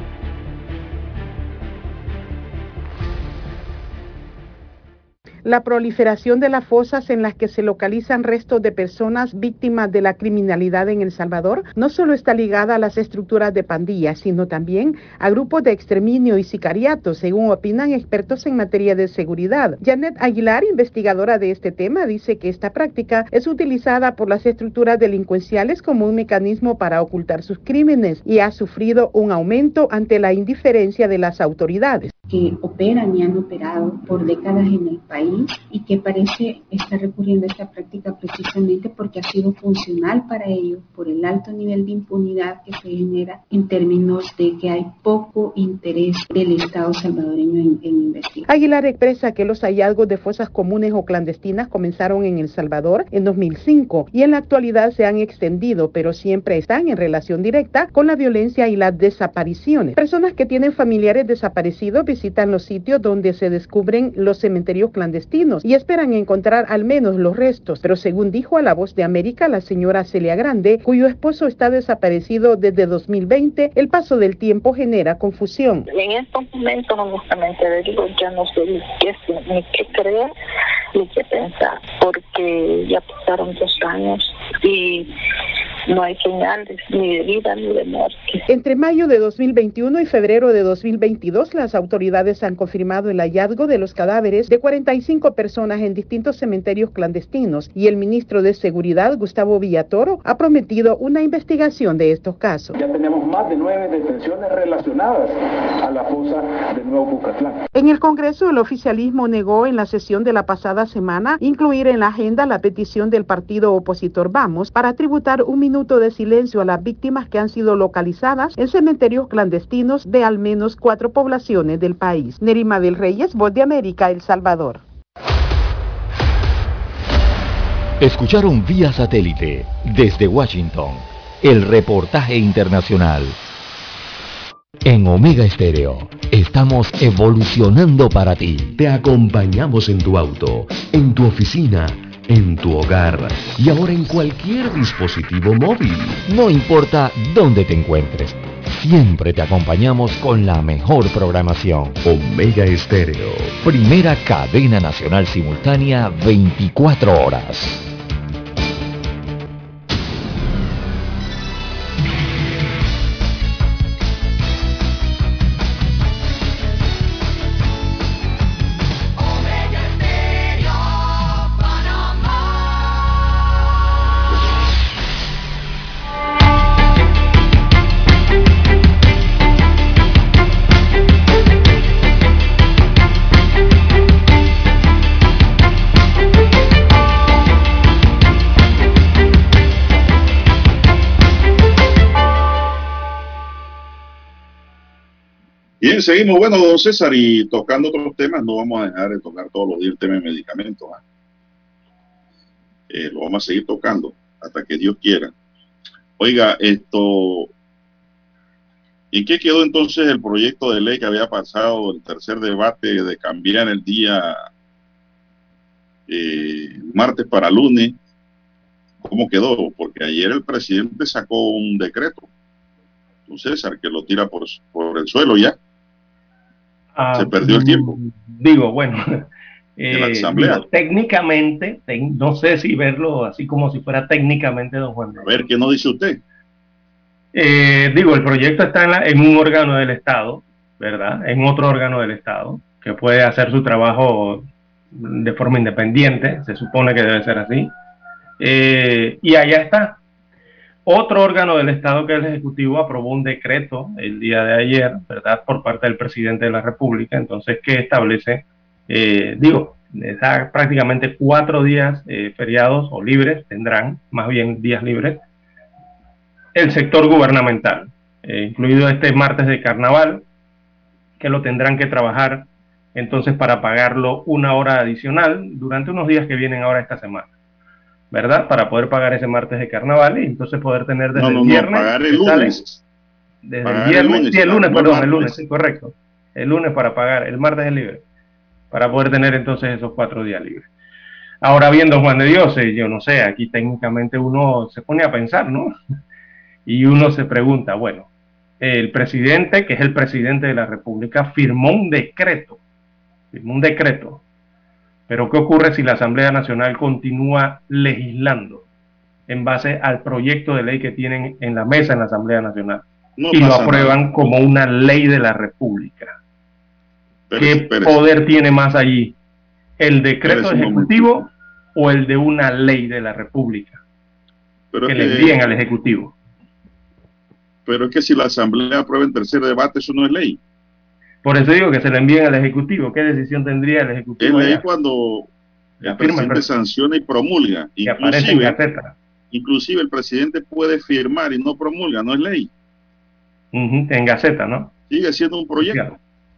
La proliferación de las fosas en las que se localizan restos de personas víctimas de la criminalidad en El Salvador no solo está ligada a las estructuras de pandillas, sino también a grupos de exterminio y sicariato, según opinan expertos en materia de seguridad. Janet Aguilar, investigadora de este tema, dice que esta práctica es utilizada por las estructuras delincuenciales como un mecanismo para ocultar sus crímenes y ha sufrido un aumento ante la indiferencia de las autoridades. Que operan y han operado por décadas en el país y que parece estar recurriendo a esta práctica precisamente porque ha sido funcional para ellos por el alto nivel de impunidad que se genera en términos de que hay poco interés del Estado salvadoreño en investigar. Aguilar expresa que los hallazgos de fosas comunes o clandestinas comenzaron en El Salvador en 2005 y en la actualidad se han extendido, pero siempre están en relación directa con la violencia y las desapariciones. Personas que tienen familiares desaparecidos visitan los sitios donde se descubren los cementerios clandestinos y esperan encontrar al menos los restos, pero según dijo a La Voz de América la señora Celia Grande, cuyo esposo está desaparecido desde 2020, el paso del tiempo genera confusión. En estos momentos, honestamente, digo, ya no sé ni qué creer ni qué pensar, porque ya pasaron 2 años y no hay señales ni de vida ni de muerte. Entre mayo de 2021 y febrero de 2022, las autoridades han confirmado el hallazgo de los cadáveres de 45 personas en distintos cementerios clandestinos y el ministro de Seguridad, Gustavo Villatoro, ha prometido una investigación de estos casos. Ya tenemos más de 9 detenciones relacionadas a la fosa de Nuevo Bucatlán. En el Congreso, el oficialismo negó en la sesión de la pasada semana incluir en la agenda la petición del partido opositor Vamos para tributar un minuto de silencio a las víctimas que han sido localizadas en cementerios clandestinos de al menos 4 poblaciones del país. Nerima del Reyes, Voz de América, El Salvador. Escucharon vía satélite desde Washington el reportaje internacional. En Omega Estéreo estamos evolucionando para ti. Te acompañamos en tu auto, en tu oficina, en tu hogar y ahora en cualquier dispositivo móvil. No importa dónde te encuentres, siempre te acompañamos con la mejor programación. Omega Estéreo. Primera cadena nacional simultánea 24 horas. Bien, seguimos. Bueno, don César, y tocando otros temas, no vamos a dejar de tocar todos los días el tema de medicamentos. Lo vamos a seguir tocando hasta que Dios quiera. Oiga, ¿en qué quedó entonces el proyecto de ley que había pasado el tercer debate de cambiar el día martes para lunes? ¿Cómo quedó? Porque ayer el presidente sacó un decreto don César, que lo tira por el suelo ya. Se perdió el tiempo. Digo, bueno, en la asamblea. Digo, técnicamente, no sé si verlo así como si fuera técnicamente, don Juan. A ver, ¿qué nos dice usted? Digo, el proyecto está en un órgano del Estado, ¿verdad? En otro órgano del Estado, que puede hacer su trabajo de forma independiente, se supone que debe ser así. Y allá está. Otro órgano del Estado, que es el Ejecutivo, aprobó un decreto el día de ayer, ¿verdad?, por parte del presidente de la República, entonces, que establece, da prácticamente 4 días feriados o libres, tendrán más bien días libres, el sector gubernamental, incluido este martes de carnaval, que lo tendrán que trabajar entonces para pagarlo 1 hora adicional durante unos días que vienen ahora esta semana, ¿verdad? Para poder pagar ese martes de carnaval y entonces poder tener desde el viernes. Pagar el lunes. Desde pagar el viernes, sí, el lunes, perdón, el lunes, sí, correcto. El lunes para pagar, el martes es libre, para poder tener entonces esos 4 días libres. Ahora bien, don Juan de Dios, yo no sé, aquí técnicamente uno se pone a pensar, ¿no? Y uno se pregunta, bueno, el presidente, que es el presidente de la República, firmó un decreto, pero ¿qué ocurre si la Asamblea Nacional continúa legislando en base al proyecto de ley que tienen en la mesa en la Asamblea Nacional y lo aprueban como una ley de la República? ¿Qué poder tiene más allí? ¿El decreto ejecutivo o el de una ley de la República que le envíen al Ejecutivo? Pero es que si la Asamblea aprueba en tercer debate, eso no es ley. Por eso digo que se le envíen al Ejecutivo. ¿Qué decisión tendría el Ejecutivo? Es ley cuando el presidente sanciona y promulga. Inclusive el presidente puede firmar y no promulga, no es ley. En Gaceta, ¿no? Sigue siendo un proyecto.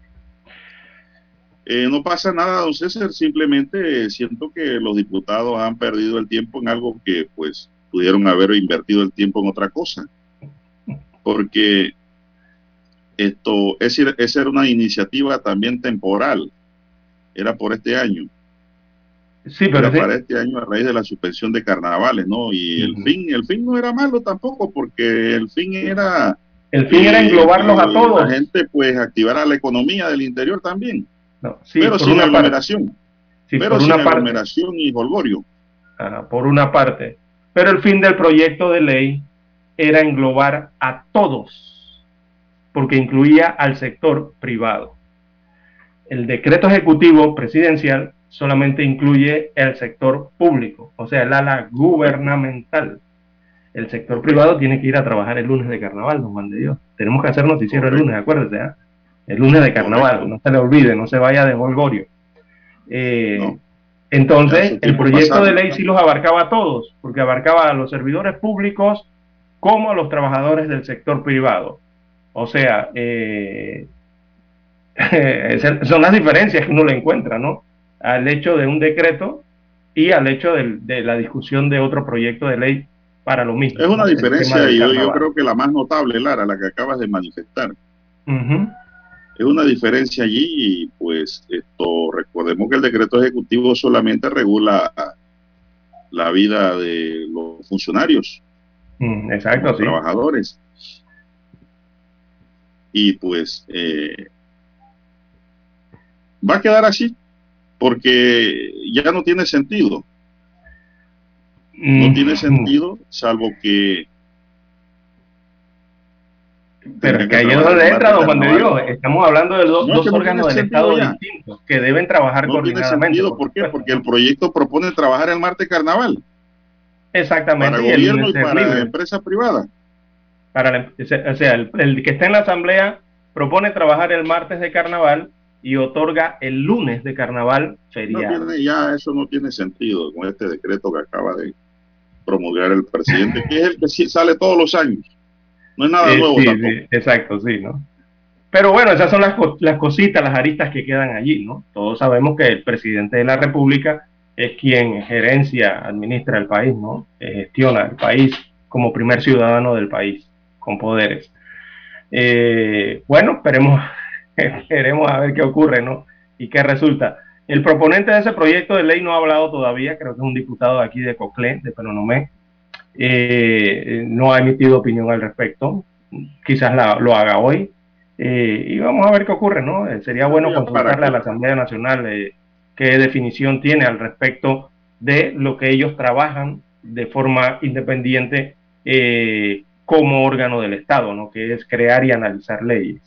No pasa nada, don César, simplemente siento que los diputados han perdido el tiempo en algo que pues pudieron haber invertido el tiempo en otra cosa. Porque esa era una iniciativa también temporal, era por este año. Sí, pero era para este año a raíz de la suspensión de carnavales, ¿no? Y el fin no era malo tampoco, porque el fin era englobarlos a todos. La gente pues activara la economía del interior también. No, sí, pero sin aglomeración. Sí, pero sin aglomeración y jolgorio. Por una parte. Pero el fin del proyecto de ley era englobar a todos, porque incluía al sector privado. El decreto ejecutivo presidencial solamente incluye el sector público, o sea, el ala gubernamental. El sector privado tiene que ir a trabajar el lunes de carnaval, don Juan de Dios. Tenemos que hacer noticiero el lunes, acuérdese, ¿eh? El lunes de carnaval, no se le olvide, no se vaya de jolgorio. Entonces, el proyecto de ley sí los abarcaba a todos, porque abarcaba a los servidores públicos como a los trabajadores del sector privado. O sea, son las diferencias que uno le encuentra, ¿no? Al hecho de un decreto y al hecho de la discusión de otro proyecto de ley para lo mismo. Es una diferencia, y yo creo que la más notable, Lara, la que acabas de manifestar. Es una diferencia allí y pues recordemos que el decreto ejecutivo solamente regula la vida de los funcionarios. Exacto, los trabajadores. Y pues va a quedar así porque ya no tiene sentido. No tiene sentido, salvo que... Pero que ahí es donde entra, don Juan de Dios. Estamos hablando de dos órganos del Estado distintos que deben trabajar coordinadamente. No tiene sentido, ¿por qué? Porque el proyecto propone trabajar el martes carnaval. Exactamente. Para gobierno y para empresas privadas. O sea, el que está en la asamblea propone trabajar el martes de carnaval y otorga el lunes de carnaval feriado. Ya eso no tiene sentido con este decreto que acaba de promulgar el presidente, que es el que sí sale todos los años. No es nada nuevo tampoco. Sí, exacto, sí, ¿no? Pero bueno, esas son las cositas, las aristas que quedan allí, ¿no? Todos sabemos que el presidente de la República es quien administra el país, ¿no? Gestiona el país como primer ciudadano del país, con poderes. Bueno, esperemos a ver qué ocurre, ¿no? Y qué resulta. El proponente de ese proyecto de ley no ha hablado todavía, creo que es un diputado de aquí de Coclé, de Penonomé. No ha emitido opinión al respecto. quizás lo haga hoy. Y vamos a ver qué ocurre, ¿no? Sería bueno consultarle a la Asamblea Nacional qué definición tiene al respecto de lo que ellos trabajan de forma independiente como órgano del Estado, ¿no? Que es crear y analizar leyes.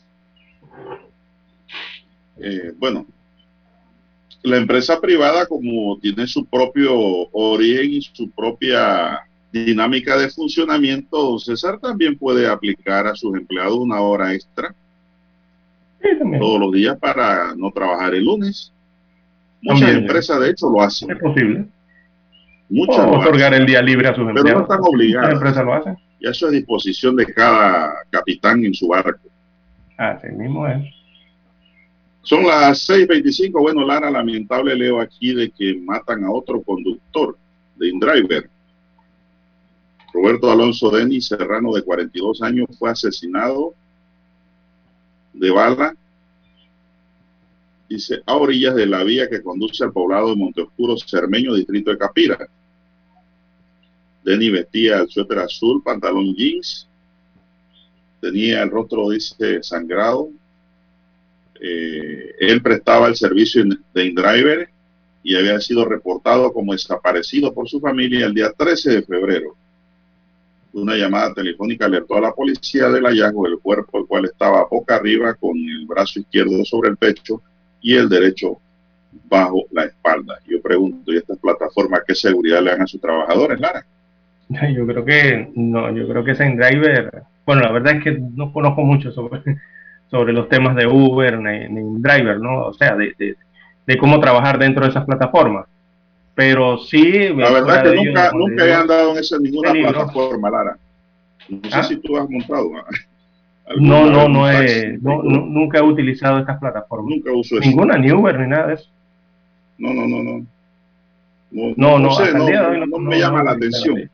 Bueno, la empresa privada, como tiene su propio origen y su propia dinámica de funcionamiento, don César, también puede aplicar a sus empleados una hora extra todos los días para no trabajar el lunes. Muchas empresas, de hecho, lo hacen. Es posible. Muchas o otorgar el día libre a sus empleados. Pero no están obligadas. Las empresas lo hacen. Y eso es a disposición de cada capitán en su barco. Así mismo es. Son las 6:25. Bueno, Lara, lamentable leo aquí de que matan a otro conductor de InDriver. Roberto Alonso Denis Serrano, de 42 años, fue asesinado de bala, dice, a orillas de la vía que conduce al poblado de Monteoscuro Cermeño, distrito de Capira. Denis vestía el suéter azul, pantalón jeans, tenía el rostro, dice, sangrado. Él prestaba el servicio de InDriver y había sido reportado como desaparecido por su familia el día 13 de febrero. Una llamada telefónica alertó a la policía del hallazgo del cuerpo, el cual estaba boca arriba con el brazo izquierdo sobre el pecho y el derecho bajo la espalda. Yo pregunto, ¿y estas plataformas qué seguridad le dan a sus trabajadores, Lara? Yo creo que no, yo creo que ese InDriver, bueno, la verdad es que no conozco mucho sobre los temas de Uber ni InDriver, ¿no? O sea, de cómo trabajar dentro de esas plataformas. Pero sí, la verdad que nunca he andado en ninguna plataforma, Lara. No sé si tú has montado. Nunca he utilizado estas plataformas. Nunca uso eso. Ninguna, ni Uber, ni nada de eso. No me llama la atención.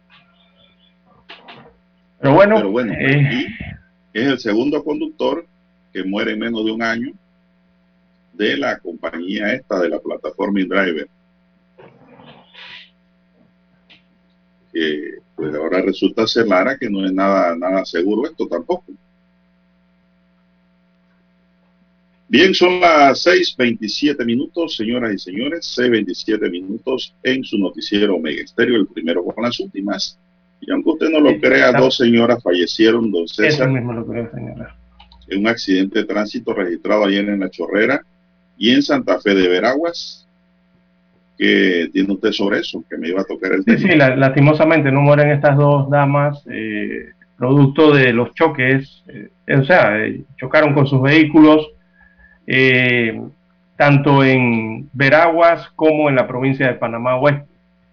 Pero bueno, es el segundo conductor que muere en menos de un año de la compañía esta, de la plataforma InDriver. Que pues ahora resulta ser, Lara, que no es nada seguro esto tampoco. Bien, son las 6:27, señoras y señores, 6:27 en su noticiero Omega Estéreo, el primero con las últimas. Y aunque usted no lo crea, dos señoras fallecieron, don César, eso mismo lo creo, señora, en un accidente de tránsito registrado ayer en La Chorrera y en Santa Fe de Veraguas. ¿Qué tiene usted sobre eso? Que me iba a tocar el tema. Sí, lastimosamente no mueren estas dos damas producto de los choques, chocaron con sus vehículos, tanto en Veraguas como en la provincia de Panamá Oeste.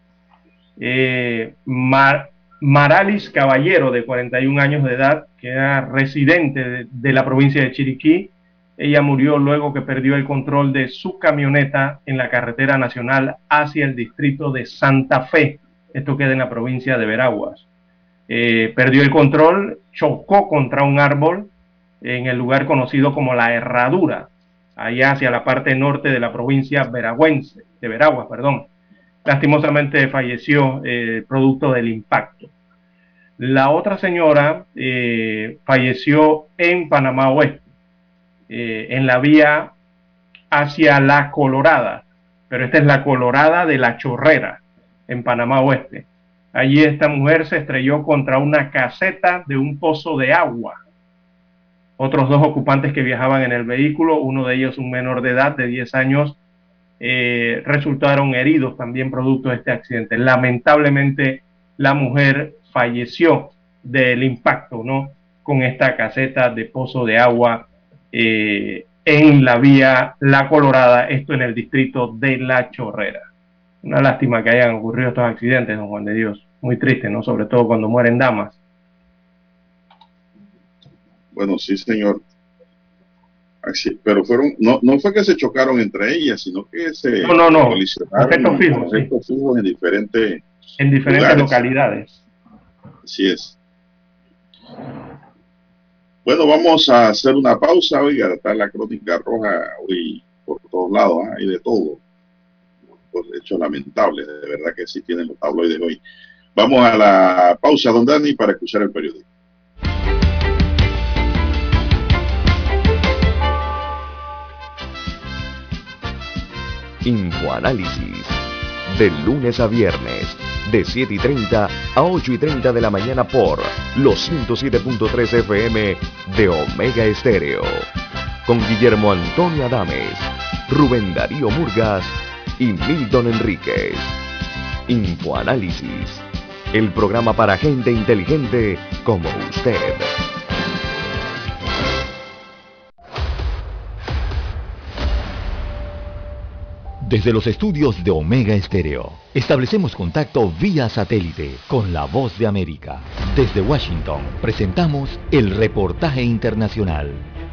Maralis Caballero, de 41 años de edad, que era residente de la provincia de Chiriquí, ella murió luego que perdió el control de su camioneta en la carretera nacional hacia el distrito de Santa Fe. Esto queda en la provincia de Veraguas. Perdió el control, chocó contra un árbol en el lugar conocido como La Herradura, allá hacia la parte norte de la provincia de Veraguas. Lastimosamente falleció producto del impacto. La otra señora falleció en Panamá Oeste, en la vía hacia La Colorada, pero esta es La Colorada de La Chorrera, en Panamá Oeste. Allí esta mujer se estrelló contra una caseta de un pozo de agua. Otros dos ocupantes que viajaban en el vehículo, uno de ellos un menor de edad de 10 años, resultaron heridos también producto de este accidente. Lamentablemente la mujer falleció del impacto, ¿no?, con esta caseta de pozo de agua en la vía La Colorada, esto en el distrito de La Chorrera. Una lástima que hayan ocurrido estos accidentes, don Juan de Dios. Muy triste, ¿no? Sobre todo cuando mueren damas. Bueno, sí, señor. Así, pero no fue que se chocaron entre ellas, sino que se colisionaron objetos fijos en diferentes localidades. Así es. Bueno, vamos a hacer una pausa. Oiga, está la crónica roja hoy por todos lados, hay de todo. Por hechos lamentables, de verdad que sí tienen los tabloides hoy. Vamos a la pausa, don Dani, para escuchar el periódico. Infoanálisis. De lunes a viernes, de 7:30 a 8:30 de la mañana por los 107.3 FM de Omega Estéreo. Con Guillermo Antonio Adames, Rubén Darío Murgas y Milton Enríquez. Infoanálisis. El programa para gente inteligente como usted. Desde los estudios de Omega Estéreo, establecemos contacto vía satélite con la Voz de América. Desde Washington, presentamos el reportaje internacional.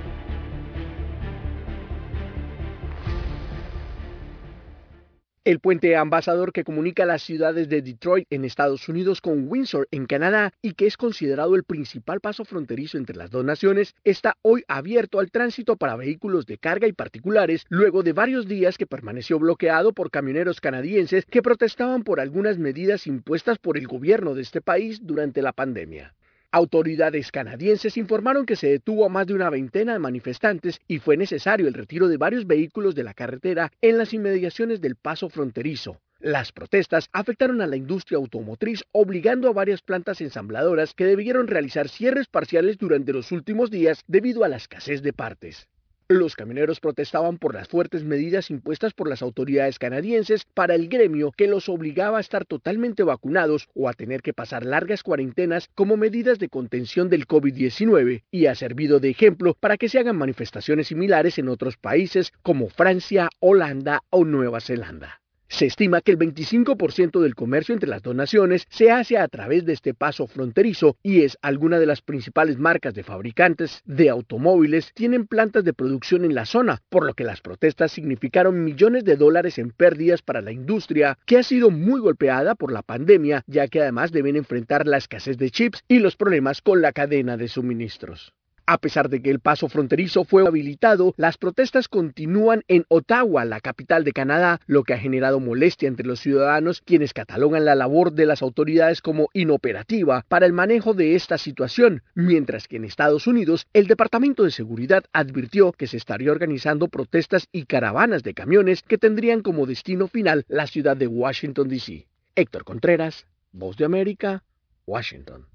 El puente Ambassador, que comunica las ciudades de Detroit en Estados Unidos con Windsor en Canadá y que es considerado el principal paso fronterizo entre las dos naciones, está hoy abierto al tránsito para vehículos de carga y particulares luego de varios días que permaneció bloqueado por camioneros canadienses que protestaban por algunas medidas impuestas por el gobierno de este país durante la pandemia. Autoridades canadienses informaron que se detuvo a más de una veintena de manifestantes y fue necesario el retiro de varios vehículos de la carretera en las inmediaciones del paso fronterizo. Las protestas afectaron a la industria automotriz, obligando a varias plantas ensambladoras que debieron realizar cierres parciales durante los últimos días debido a la escasez de partes. Los camioneros protestaban por las fuertes medidas impuestas por las autoridades canadienses para el gremio, que los obligaba a estar totalmente vacunados o a tener que pasar largas cuarentenas como medidas de contención del COVID-19, y ha servido de ejemplo para que se hagan manifestaciones similares en otros países como Francia, Holanda o Nueva Zelanda. Se estima que el 25% del comercio entre las dos naciones se hace a través de este paso fronterizo y alguna de las principales marcas de fabricantes de automóviles tienen plantas de producción en la zona, por lo que las protestas significaron millones de dólares en pérdidas para la industria, que ha sido muy golpeada por la pandemia, ya que además deben enfrentar la escasez de chips y los problemas con la cadena de suministros. A pesar de que el paso fronterizo fue habilitado, las protestas continúan en Ottawa, la capital de Canadá, lo que ha generado molestia entre los ciudadanos, quienes catalogan la labor de las autoridades como inoperativa para el manejo de esta situación, mientras que en Estados Unidos el Departamento de Seguridad advirtió que se estaría organizando protestas y caravanas de camiones que tendrían como destino final la ciudad de Washington, D.C. Héctor Contreras, Voz de América, Washington.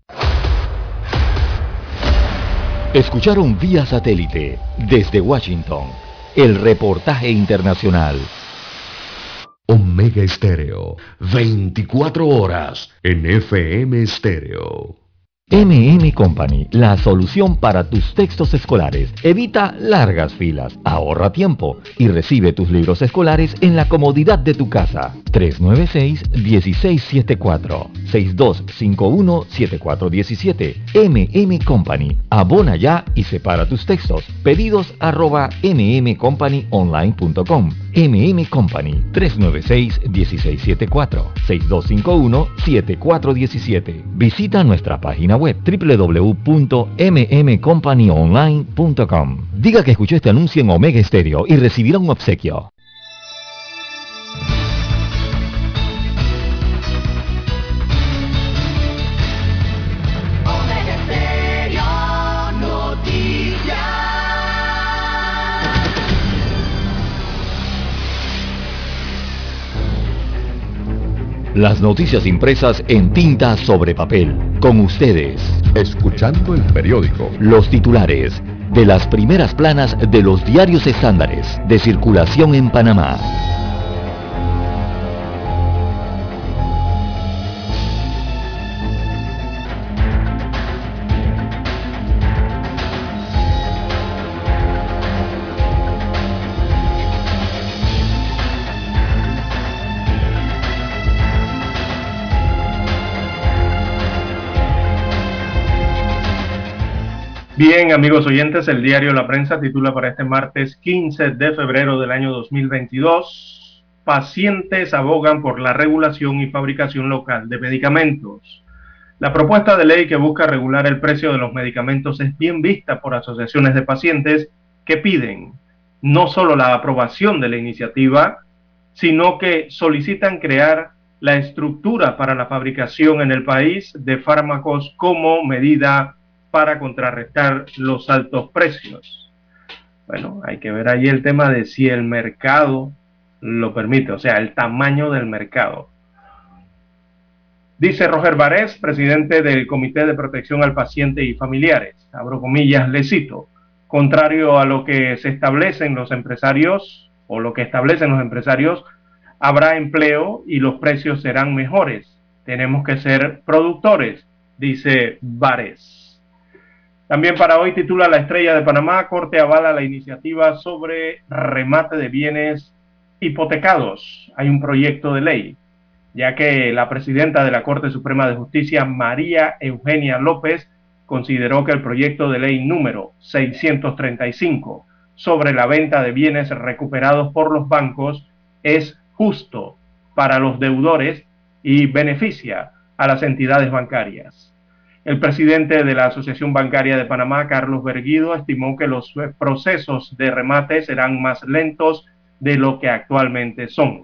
Escucharon vía satélite desde Washington el reportaje internacional. Omega Estéreo, 24 horas en FM Estéreo. MM Company, la solución para tus textos escolares. Evita largas filas, ahorra tiempo y recibe tus libros escolares en la comodidad de tu casa. 396-1674, 6251-7417. MM Company. Abona ya y separa tus textos. Pedidos @mmcompanyonline.com. MM Company, 396-1674, 6251-7417. Visita nuestra página web www.mmcompanyonline.com. Diga que escuchó este anuncio en Omega Estéreo y recibirá un obsequio. Las noticias impresas en tinta sobre papel. Con ustedes. Escuchando el periódico. Los titulares de las primeras planas de los diarios estándares de circulación en Panamá. Bien, amigos oyentes, el diario La Prensa titula para este martes 15 de febrero del año 2022, pacientes abogan por la regulación y fabricación local de medicamentos. La propuesta de ley que busca regular el precio de los medicamentos es bien vista por asociaciones de pacientes que piden no solo la aprobación de la iniciativa, sino que solicitan crear la estructura para la fabricación en el país de fármacos como medida para contrarrestar los altos precios. Bueno, hay que ver ahí el tema de si el mercado lo permite, o sea, el tamaño del mercado. Dice Roger Varés, presidente del Comité de Protección al Paciente y Familiares, abro comillas, le cito, contrario a lo que se establecen los empresarios o lo que establecen los empresarios, habrá empleo y los precios serán mejores. Tenemos que ser productores, dice Varés. También para hoy titula La Estrella de Panamá, Corte avala la iniciativa sobre remate de bienes hipotecados. Hay un proyecto de ley, ya que la presidenta de la Corte Suprema de Justicia, María Eugenia López, consideró que el proyecto de ley número 635 sobre la venta de bienes recuperados por los bancos es justo para los deudores y beneficia a las entidades bancarias. El presidente de la Asociación Bancaria de Panamá, Carlos Berguido, estimó que los procesos de remate serán más lentos de lo que actualmente son.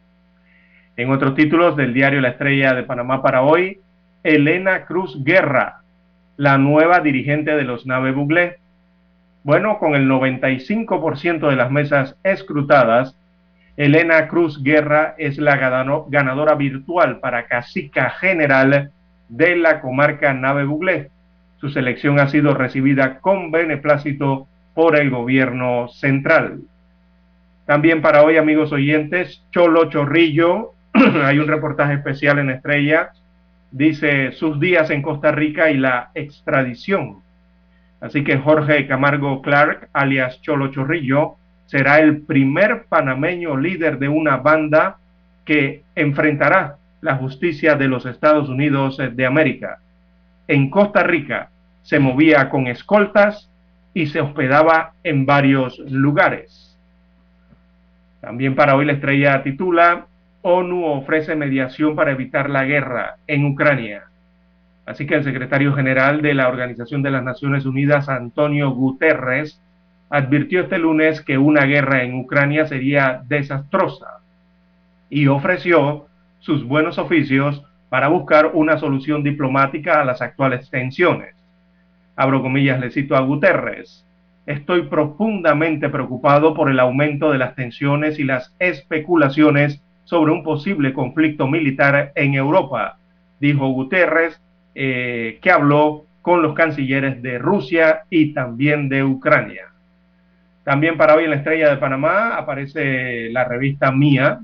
En otros títulos del diario La Estrella de Panamá para hoy, Elena Cruz Guerra, la nueva dirigente de los Nave Buglé. Bueno, con el 95% de las mesas escrutadas, Elena Cruz Guerra es la ganadora virtual para cacica general de la comarca Nave Buglé. Su selección ha sido recibida con beneplácito por el gobierno central. También para hoy, amigos oyentes, Cholo Chorrillo, hay un reportaje especial en Estrella, dice sus días en Costa Rica y la extradición. Así que Jorge Camargo Clark, alias Cholo Chorrillo, será el primer panameño líder de una banda que enfrentará la justicia de los Estados Unidos de América. En Costa Rica se movía con escoltas y se hospedaba en varios lugares. También para hoy la Estrella titula ONU ofrece mediación para evitar la guerra en Ucrania. Así que el secretario general de la Organización de las Naciones Unidas, Antonio Guterres, advirtió este lunes que una guerra en Ucrania sería desastrosa y ofreció sus buenos oficios para buscar una solución diplomática a las actuales tensiones. Abro comillas, le cito a Guterres. Estoy profundamente preocupado por el aumento de las tensiones y las especulaciones sobre un posible conflicto militar en Europa, dijo Guterres, que habló con los cancilleres de Rusia y también de Ucrania. También para hoy en la Estrella de Panamá aparece la revista Mía.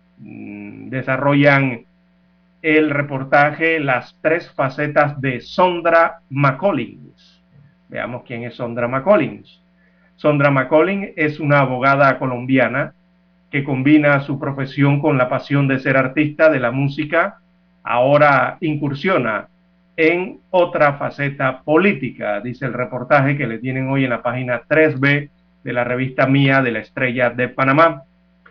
Desarrollan el reportaje Las tres facetas de Sondra McCollins. Veamos quién es Sondra McCollins. Sondra McCollins es una abogada colombiana que combina su profesión con la pasión de ser artista de la música. Ahora incursiona en otra faceta política, dice el reportaje que le tienen hoy en la página 3B de la revista Mía de la Estrella de Panamá.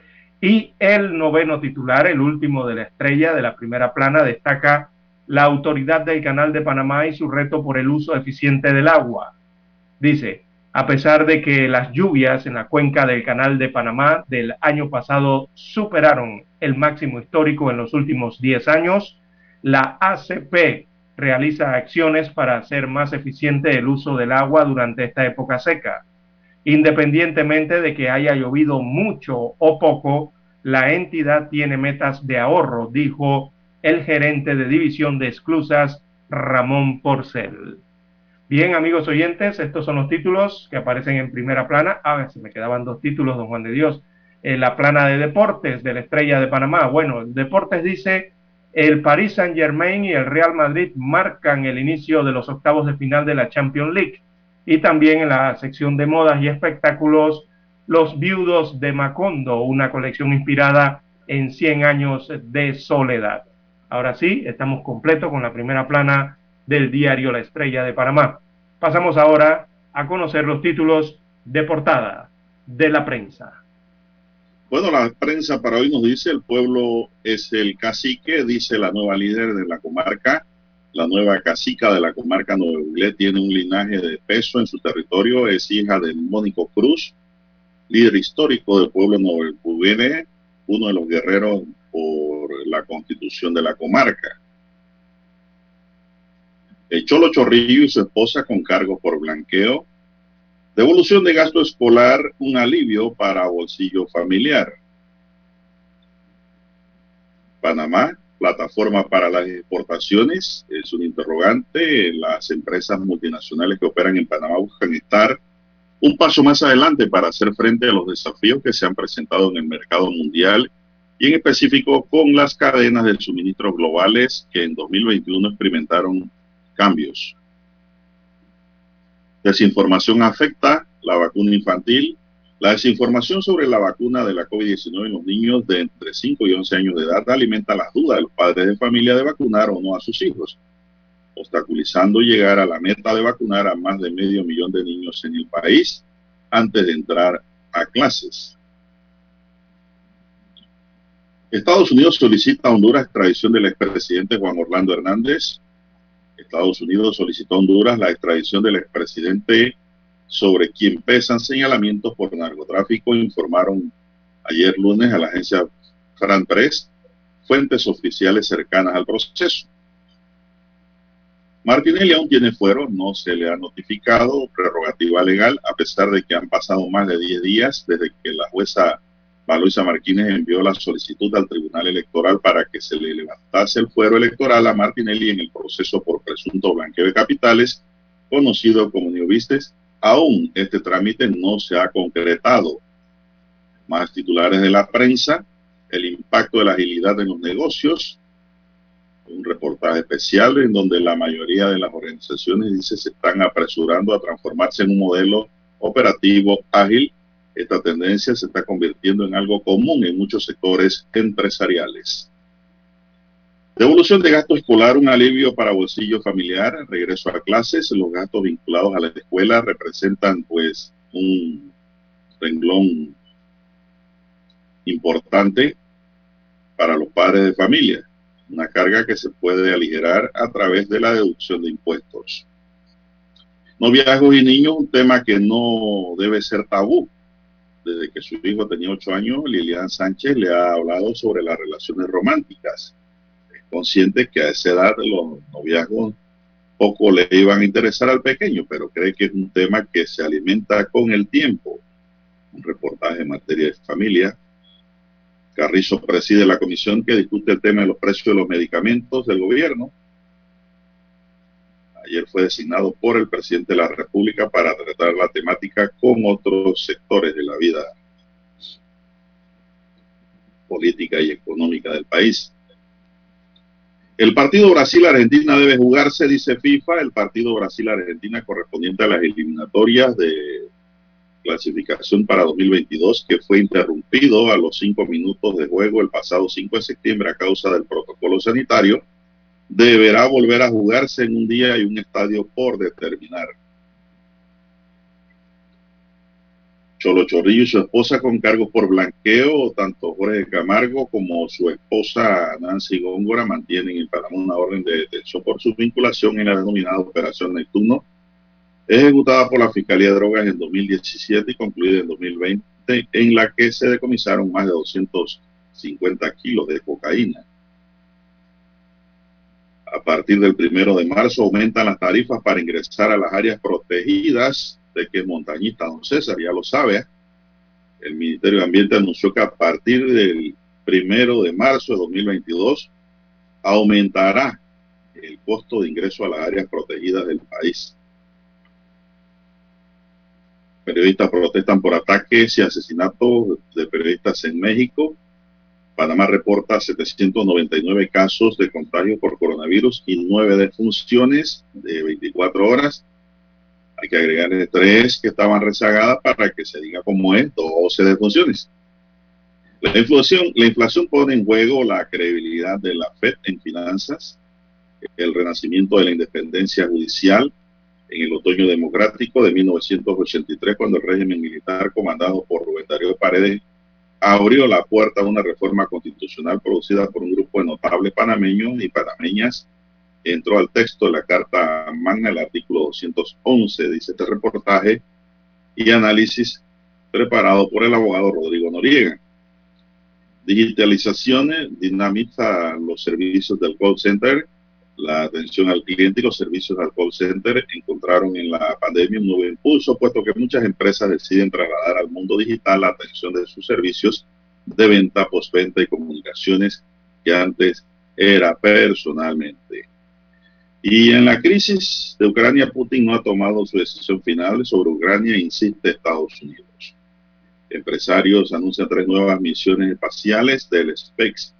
Y el noveno titular, el último de la Estrella de la primera plana, destaca la autoridad del Canal de Panamá y su reto por el uso eficiente del agua. Dice, a pesar de que las lluvias en la cuenca del Canal de Panamá del año pasado superaron el máximo histórico en los últimos 10 años, la ACP realiza acciones para hacer más eficiente el uso del agua durante esta época seca. Independientemente de que haya llovido mucho o poco, la entidad tiene metas de ahorro, dijo el gerente de división de esclusas, Ramón Porcel. Bien, amigos oyentes, estos son los títulos que aparecen en primera plana. Se me quedaban dos títulos, don Juan de Dios. La plana de deportes de la Estrella de Panamá. Bueno, el deportes dice, el Paris Saint-Germain y el Real Madrid marcan el inicio de los octavos de final de la Champions League. Y también en la sección de modas y espectáculos, Los Viudos de Macondo, una colección inspirada en 100 años de soledad. Ahora sí, estamos completos con la primera plana del diario La Estrella de Panamá. Pasamos ahora a conocer los títulos de portada de la prensa. Bueno, la prensa para hoy nos dice, el pueblo es el cacique, dice la nueva líder de la comarca. La nueva cacica de la comarca Nueva Buglé tiene un linaje de peso en su territorio, es hija de Mónico Cruz, líder histórico del pueblo Nueva Buglé, uno de los guerreros por la constitución de la comarca. El Cholo Chorrillo y su esposa con cargos por blanqueo. Devolución de gasto escolar, un alivio para bolsillo familiar. Panamá, plataforma para las exportaciones, es un interrogante. Las empresas multinacionales que operan en Panamá buscan estar un paso más adelante para hacer frente a los desafíos que se han presentado en el mercado mundial y en específico con las cadenas de suministros globales que en 2021 experimentaron cambios. Desinformación afecta la vacuna infantil. La desinformación sobre la vacuna de la COVID-19 en los niños de entre 5 y 11 años de edad alimenta las dudas de los padres de familia de vacunar o no a sus hijos, obstaculizando llegar a la meta de vacunar a más de 500,000 de niños en el país antes de entrar a clases. Estados Unidos solicita a Honduras extradición del expresidente Juan Orlando Hernández. Estados Unidos solicitó a Honduras la extradición del expresidente sobre quien pesan señalamientos por narcotráfico, informaron ayer lunes a la agencia France Press fuentes oficiales cercanas al proceso. Martinelli aún tiene fuero, no se le ha notificado prerrogativa legal, a pesar de que han pasado más de 10 días desde que la jueza Valoisa Martínez envió la solicitud al Tribunal Electoral para que se le levantase el fuero electoral a Martinelli en el proceso por presunto blanqueo de capitales, conocido como New Business. Aún este trámite no se ha concretado. Más titulares de la prensa: el impacto de la agilidad en los negocios. Un reportaje especial en donde la mayoría de las organizaciones dice se están apresurando a transformarse en un modelo operativo ágil. Esta tendencia se está convirtiendo en algo común en muchos sectores empresariales. Devolución de gasto escolar, un alivio para bolsillo familiar. Regreso a clases, los gastos vinculados a la escuela representan pues un renglón importante para los padres de familia, una carga que se puede aligerar a través de la deducción de impuestos. Noviazgos y niños, un tema que no debe ser tabú. Desde que su hijo tenía 8 años, Lilian Sánchez le ha hablado sobre las relaciones románticas. Es consciente que a esa edad los noviazgos poco le iban a interesar al pequeño, pero cree que es un tema que se alimenta con el tiempo. Un reportaje en materia de familia. Carrizo preside la comisión que discute el tema de los precios de los medicamentos del gobierno. Ayer fue designado por el presidente de la República para tratar la temática con otros sectores de la vida política y económica del país. El partido Brasil-Argentina debe jugarse, dice FIFA. El partido Brasil-Argentina correspondiente a las eliminatorias de clasificación para 2022, que fue interrumpido a los 5 minutos de juego el pasado 5 de septiembre a causa del protocolo sanitario, deberá volver a jugarse en un día y un estadio por determinar. Cholo Chorrillo y su esposa con cargos por blanqueo. Tanto Jorge Camargo como su esposa Nancy Góngora mantienen en Panamá una orden de detención por su vinculación en la denominada Operación Neptuno, ejecutada por la Fiscalía de Drogas en 2017 y concluida en 2020, en la que se decomisaron más de 250 kilos de cocaína. A partir del 1 de marzo aumentan las tarifas para ingresar a las áreas protegidas. De que es montañista, don César, ya lo sabe. El Ministerio de Ambiente anunció que a partir del 1 de marzo de 2022 aumentará el costo de ingreso a las áreas protegidas del país. Periodistas protestan por ataques y asesinatos de periodistas en México. Panamá reporta 799 casos de contagio por coronavirus y 9 defunciones de 24 horas. Hay que agregarle 3 que estaban rezagadas para que se diga cómo es, 12 defunciones. La inflación pone en juego la credibilidad de la FED en finanzas, el renacimiento de la independencia judicial en el otoño democrático de 1983, cuando el régimen militar comandado por Rubén Darío Paredes abrió la puerta a una reforma constitucional producida por un grupo de notables panameños y panameñas. Entró al texto de la Carta Magna, el artículo 211, dice este reportaje y análisis preparado por el abogado Rodrigo Noriega. Digitalizaciones dinamiza los servicios del call center. La atención al cliente y los servicios al call center encontraron en la pandemia un nuevo impulso, puesto que muchas empresas deciden trasladar al mundo digital la atención de sus servicios de venta, postventa y comunicaciones que antes era personalmente. Y en la crisis de Ucrania, Putin no ha tomado su decisión final sobre Ucrania, insiste Estados Unidos. Empresarios anuncian 3 nuevas misiones espaciales del SpaceX.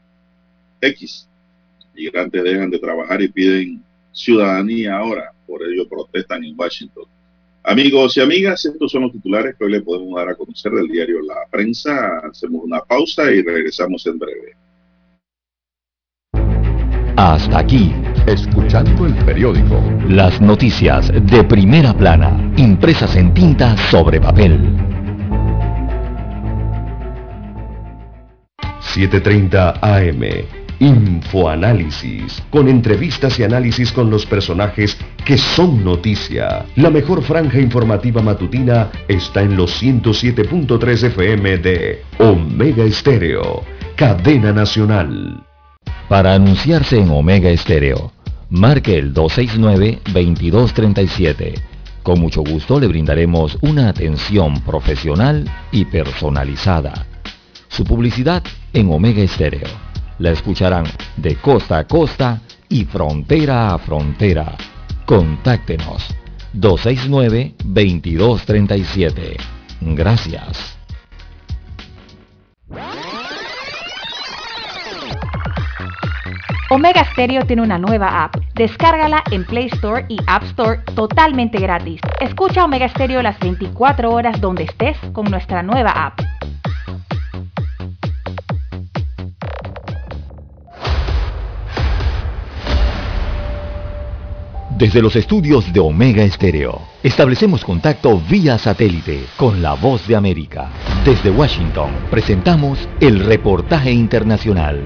Migrantes dejan de trabajar y piden ciudadanía ahora, por ello protestan en Washington. Amigos y amigas, estos son los titulares que hoy le podemos dar a conocer del diario La Prensa. Hacemos una pausa y regresamos en breve. Hasta aquí, Escuchando el periódico. las noticias de primera plana, impresas en tinta sobre papel. 7:30 AM. Infoanálisis, con entrevistas y análisis con los personajes que son noticia. La mejor franja informativa matutina está en los 107.3 FM de Omega Estéreo, cadena nacional. Para anunciarse en Omega Estéreo, marque el 269-2237. Con mucho gusto le brindaremos una atención profesional y personalizada. Su publicidad en Omega Estéreo la escucharán de costa a costa y frontera a frontera. Contáctenos 269-2237. Gracias. Omega Stereo tiene una nueva app. Descárgala en Play Store y App Store totalmente gratis. Escucha Omega Stereo las 24 horas donde estés con nuestra nueva app. Desde los estudios de Omega Estéreo, establecemos contacto vía satélite con la Voz de América. Desde Washington, presentamos el reportaje internacional.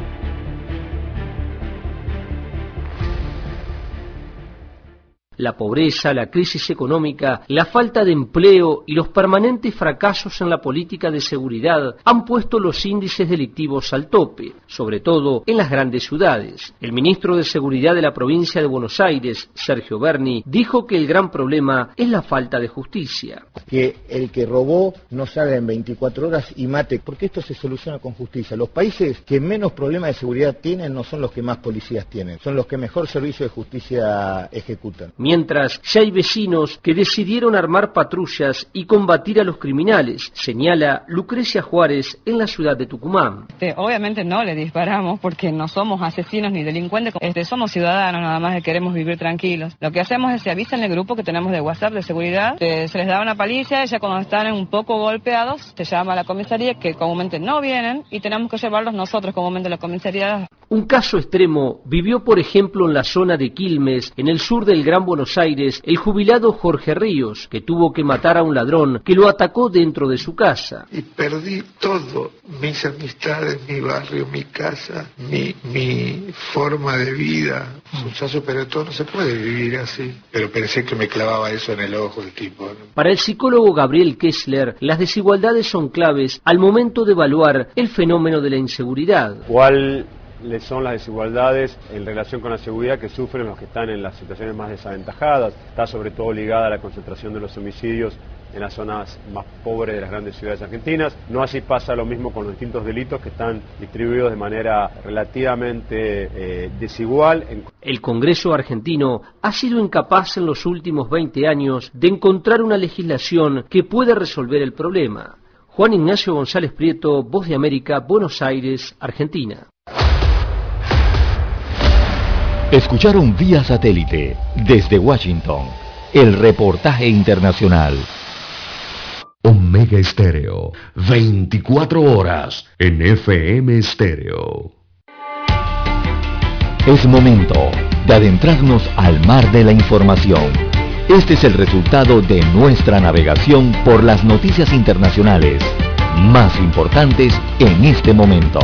La pobreza, la crisis económica, la falta de empleo y los permanentes fracasos en la política de seguridad han puesto los índices delictivos al tope, sobre todo en las grandes ciudades. El ministro de Seguridad de la provincia de Buenos Aires, Sergio Berni, dijo que el gran problema es la falta de justicia. Que el que robó no salga en 24 horas y mate, porque esto se soluciona con justicia. Los países que menos problemas de seguridad tienen no son los que más policías tienen, son los que mejor servicio de justicia ejecutan. Mientras, ya hay vecinos que decidieron armar patrullas y combatir a los criminales, señala Lucrecia Juárez en la ciudad de Tucumán. Obviamente no le disparamos porque no somos asesinos ni delincuentes, somos ciudadanos nada más que queremos vivir tranquilos. Lo que hacemos es se avisa en el grupo que tenemos de WhatsApp de seguridad, se les da una paliza y ya cuando están un poco golpeados, se llama a la comisaría que comúnmente no vienen y tenemos que llevarlos nosotros comúnmente a la comisaría. Un caso extremo vivió por ejemplo en la zona de Quilmes, en el sur del Gran Buenos Aires, el jubilado Jorge Ríos, que tuvo que matar a un ladrón que lo atacó dentro de su casa. Y perdí todo, mis amistades, mi barrio, mi casa, mi forma de vida. Muchacho, pero todo no se puede vivir así. Pero pensé que me clavaba eso en el ojo el tipo, ¿no? Para el psicólogo Gabriel Kessler, las desigualdades son claves al momento de evaluar el fenómeno de la inseguridad. ¿Cuáles son las desigualdades en relación con la seguridad que sufren los que están en las situaciones más desaventajadas? Está sobre todo ligada a la concentración de los homicidios en las zonas más pobres de las grandes ciudades argentinas. No así pasa lo mismo con los distintos delitos que están distribuidos de manera relativamente desigual. El Congreso argentino ha sido incapaz en los últimos 20 años de encontrar una legislación que pueda resolver el problema. Juan Ignacio González Prieto, Voz de América, Buenos Aires, Argentina. Escucharon vía satélite desde Washington el reportaje internacional. Omega Estéreo, 24 horas en FM Estéreo. Es momento de adentrarnos al mar de la información. Este es el resultado de nuestra navegación por las noticias internacionales más importantes en este momento.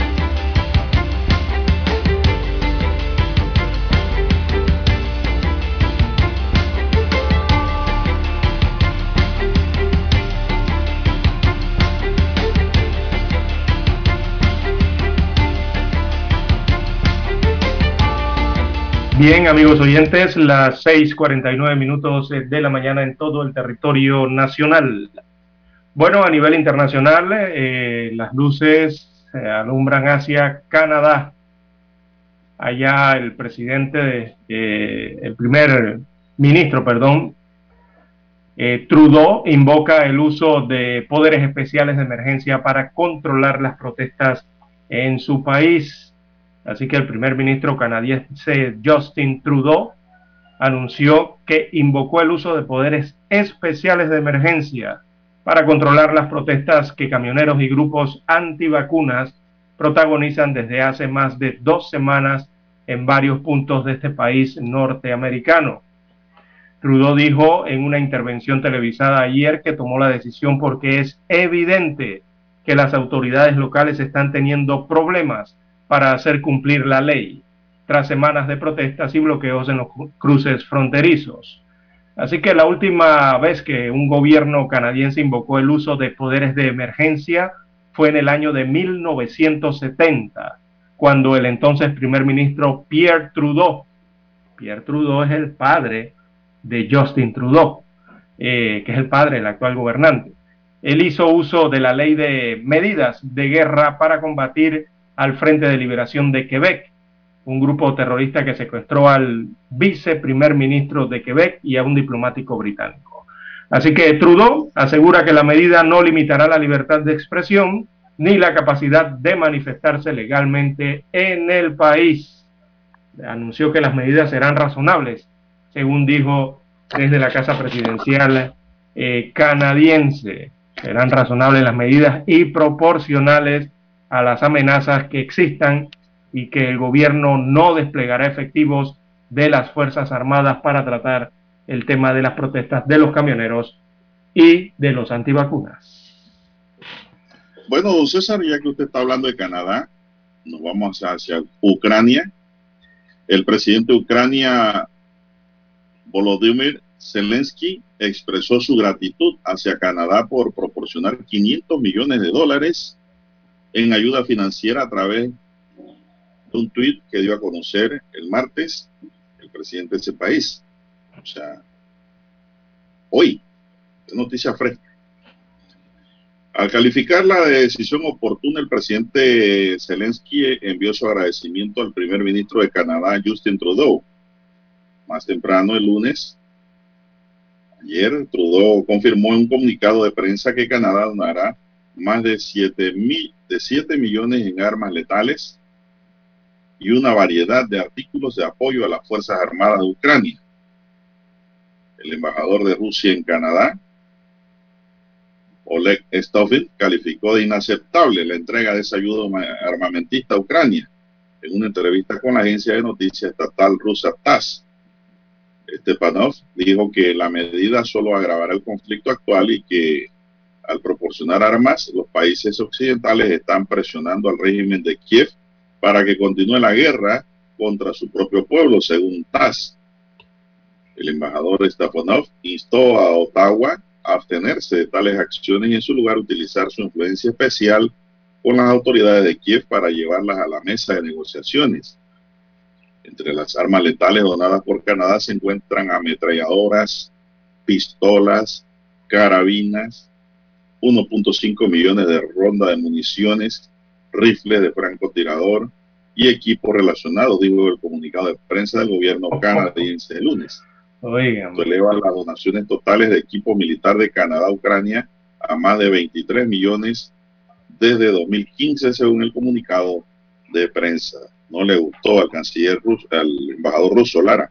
Bien, amigos oyentes, las 6:49 minutos de la mañana en todo el territorio nacional. Bueno, a nivel internacional, las luces se alumbran hacia Canadá. Allá el presidente, el primer ministro, perdón, Trudeau invoca el uso de poderes especiales de emergencia para controlar las protestas en su país. Así que el primer ministro canadiense Justin Trudeau anunció que invocó el uso de poderes especiales de emergencia para controlar las protestas que camioneros y grupos antivacunas protagonizan desde hace más de 2 semanas en varios puntos de este país norteamericano. Trudeau dijo en una intervención televisada ayer que tomó la decisión porque es evidente que las autoridades locales están teniendo problemas para hacer cumplir la ley, tras semanas de protestas y bloqueos en los cruces fronterizos. Así que la última vez que un gobierno canadiense invocó el uso de poderes de emergencia fue en el año de 1970, cuando el entonces primer ministro Pierre Trudeau es el padre de Justin Trudeau, que es el padre del actual gobernante. Él hizo uso de la ley de medidas de guerra para combatir al Frente de Liberación de Quebec, un grupo terrorista que secuestró al viceprimer ministro de Quebec y a un diplomático británico. Así que Trudeau asegura que la medida no limitará la libertad de expresión ni la capacidad de manifestarse legalmente en el país. Anunció que las medidas serán razonables, según dijo desde la Casa Presidencial canadiense. Serán razonables las medidas y proporcionales a las amenazas que existan y que el gobierno no desplegará efectivos de las Fuerzas Armadas para tratar el tema de las protestas de los camioneros y de los antivacunas. Bueno, don César, ya que usted está hablando de Canadá, nos vamos hacia Ucrania. El presidente de Ucrania, Volodymyr Zelensky, expresó su gratitud hacia Canadá por proporcionar $500 millones en ayuda financiera a través de un tuit que dio a conocer el martes el presidente de ese país. O sea, hoy, es noticia fresca. Al calificar la decisión oportuna, el presidente Zelensky envió su agradecimiento al primer ministro de Canadá, Justin Trudeau. Más temprano, el lunes, ayer, Trudeau confirmó en un comunicado de prensa que Canadá donará más de 7 millones en armas letales y una variedad de artículos de apoyo a las Fuerzas Armadas de Ucrania. El embajador de Rusia en Canadá, Oleg Stovin, calificó de inaceptable la entrega de esa ayuda armamentista a Ucrania en una entrevista con la agencia de noticias estatal rusa TASS. Stepanov dijo que la medida solo agravará el conflicto actual y que al proporcionar armas, los países occidentales están presionando al régimen de Kiev para que continúe la guerra contra su propio pueblo, según TASS. El embajador Stepanov instó a Ottawa a abstenerse de tales acciones y en su lugar utilizar su influencia especial con las autoridades de Kiev para llevarlas a la mesa de negociaciones. Entre las armas letales donadas por Canadá se encuentran ametralladoras, pistolas, carabinas, 1.5 millones de rondas de municiones, rifles de francotirador y equipos relacionados, dijo el comunicado de prensa del gobierno canadiense el lunes. Esto eleva las donaciones totales de equipo militar de Canadá a Ucrania a más de 23 millones desde 2015, según el comunicado de prensa. No le gustó al canciller ruso, al embajador ruso, Lara.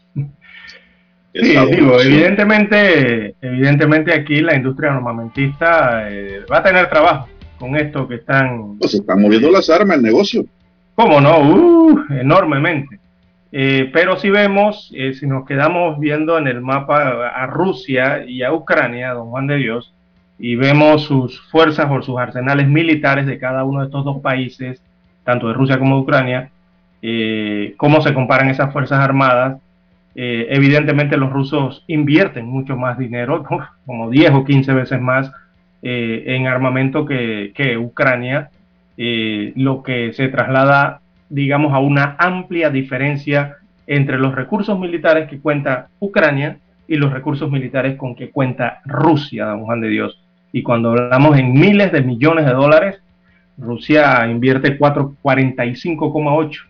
Sí, digo, evidentemente aquí la industria armamentista va a tener trabajo con esto que están... Pues se están moviendo las armas, el negocio. ¿Cómo no? Enormemente. Pero si vemos, si nos quedamos viendo en el mapa a Rusia y a Ucrania, don Juan de Dios, y vemos sus fuerzas o sus arsenales militares de cada uno de estos dos países, tanto de Rusia como de Ucrania, cómo se comparan esas fuerzas armadas, evidentemente los rusos invierten mucho más dinero, como 10 o 15 veces más en armamento que Ucrania, lo que se traslada, digamos, a una amplia diferencia entre los recursos militares que cuenta Ucrania y los recursos militares con que cuenta Rusia, don Juan de Dios. Y cuando hablamos en miles de millones de dólares, Rusia invierte 45,8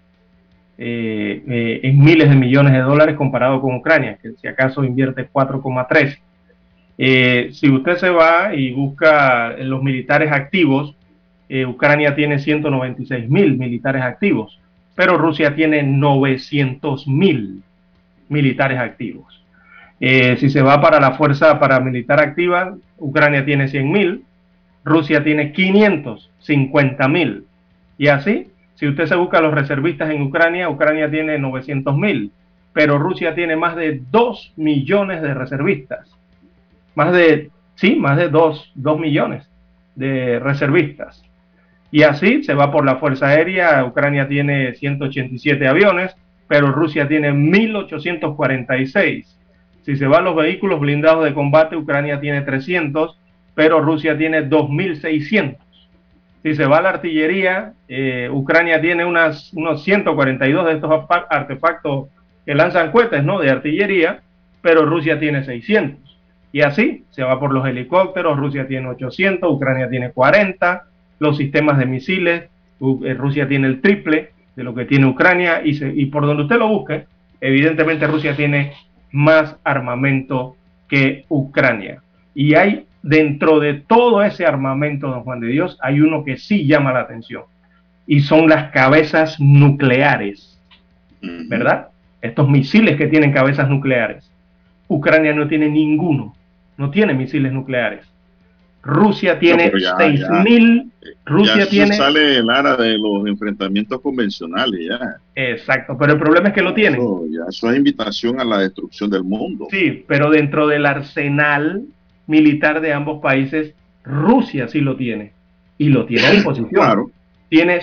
en miles de millones de dólares comparado con Ucrania, que si acaso invierte 4,3. Si usted se va y busca los militares activos, Ucrania tiene 196.000 militares activos, pero Rusia tiene 900.000 militares activos. Si se va para la fuerza paramilitar activa, Ucrania tiene 100.000, Rusia tiene 550.000. Y así, si usted se busca los reservistas en Ucrania, Ucrania tiene 900.000, pero Rusia tiene más de 2 millones de reservistas. Más de 2 millones de reservistas. Y así se va por la Fuerza Aérea. Ucrania tiene 187 aviones, pero Rusia tiene 1.846. Si se van los vehículos blindados de combate, Ucrania tiene 300, pero Rusia tiene 2.600. Si se va la artillería, Ucrania tiene unos 142 de estos artefactos que lanzan cohetes, ¿no?, de artillería, pero Rusia tiene 600. Y así se va por los helicópteros. Rusia tiene 800, Ucrania tiene 40. Los sistemas de misiles, Rusia tiene el triple de lo que tiene Ucrania, y por donde usted lo busque, evidentemente Rusia tiene más armamento que Ucrania. Y hay, dentro de todo ese armamento, don Juan de Dios, hay uno que sí llama la atención, y son las cabezas nucleares, ¿verdad? Estos misiles que tienen cabezas nucleares. Ucrania no tiene ninguno, no tiene misiles nucleares. Rusia tiene 6.000. Rusia tiene. Sale el ara de los enfrentamientos convencionales ya. Exacto, pero el problema es que lo tienen. Eso es invitación a la destrucción del mundo. Sí, pero dentro del arsenal militar de ambos países, Rusia sí lo tiene. Y lo tiene a disposición. Claro. Tiene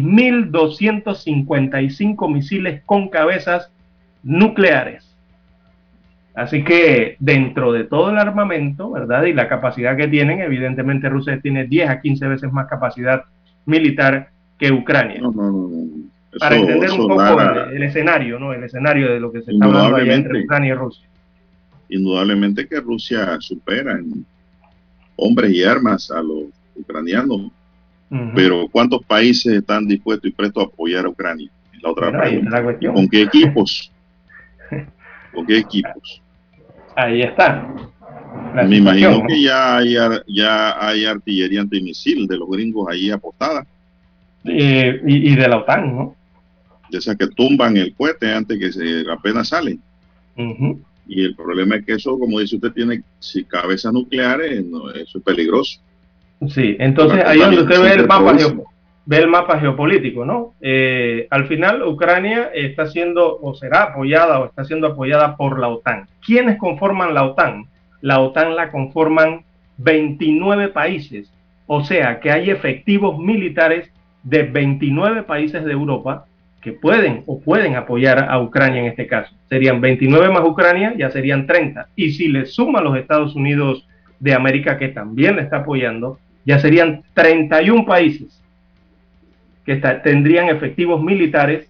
6.255 misiles con cabezas nucleares. Así que dentro de todo el armamento, ¿verdad?, y la capacidad que tienen, evidentemente Rusia tiene 10 a 15 veces más capacidad militar que Ucrania. Para entender un poco el escenario, ¿no?, el escenario de lo que se está hablando allá entre Ucrania y Rusia. Indudablemente que Rusia supera en hombres y armas a los ucranianos, pero ¿cuántos países están dispuestos y prestos a apoyar a Ucrania? Es la otra pregunta. ¿Con qué equipos? ¿Con qué equipos? Ahí está. Me imagino que ya hay artillería antimisil de los gringos ahí apostada. Y de la OTAN, ¿no? De esas que tumban el cohete antes que apenas sale. Y el problema es que eso, como dice usted, tiene cabezas nucleares, no, eso es peligroso. Sí, entonces ahí donde usted ve el mapa geopolítico, ¿no? Al final Ucrania está siendo, o será apoyada, o está siendo apoyada por la OTAN. ¿Quiénes conforman la OTAN? La OTAN la conforman 29 países, o sea que hay efectivos militares de 29 países de Europa que pueden apoyar a Ucrania en este caso. Serían 29 más Ucrania, ya serían 30. Y si le suman los Estados Unidos de América, que también le está apoyando, ya serían 31 países que tendrían efectivos militares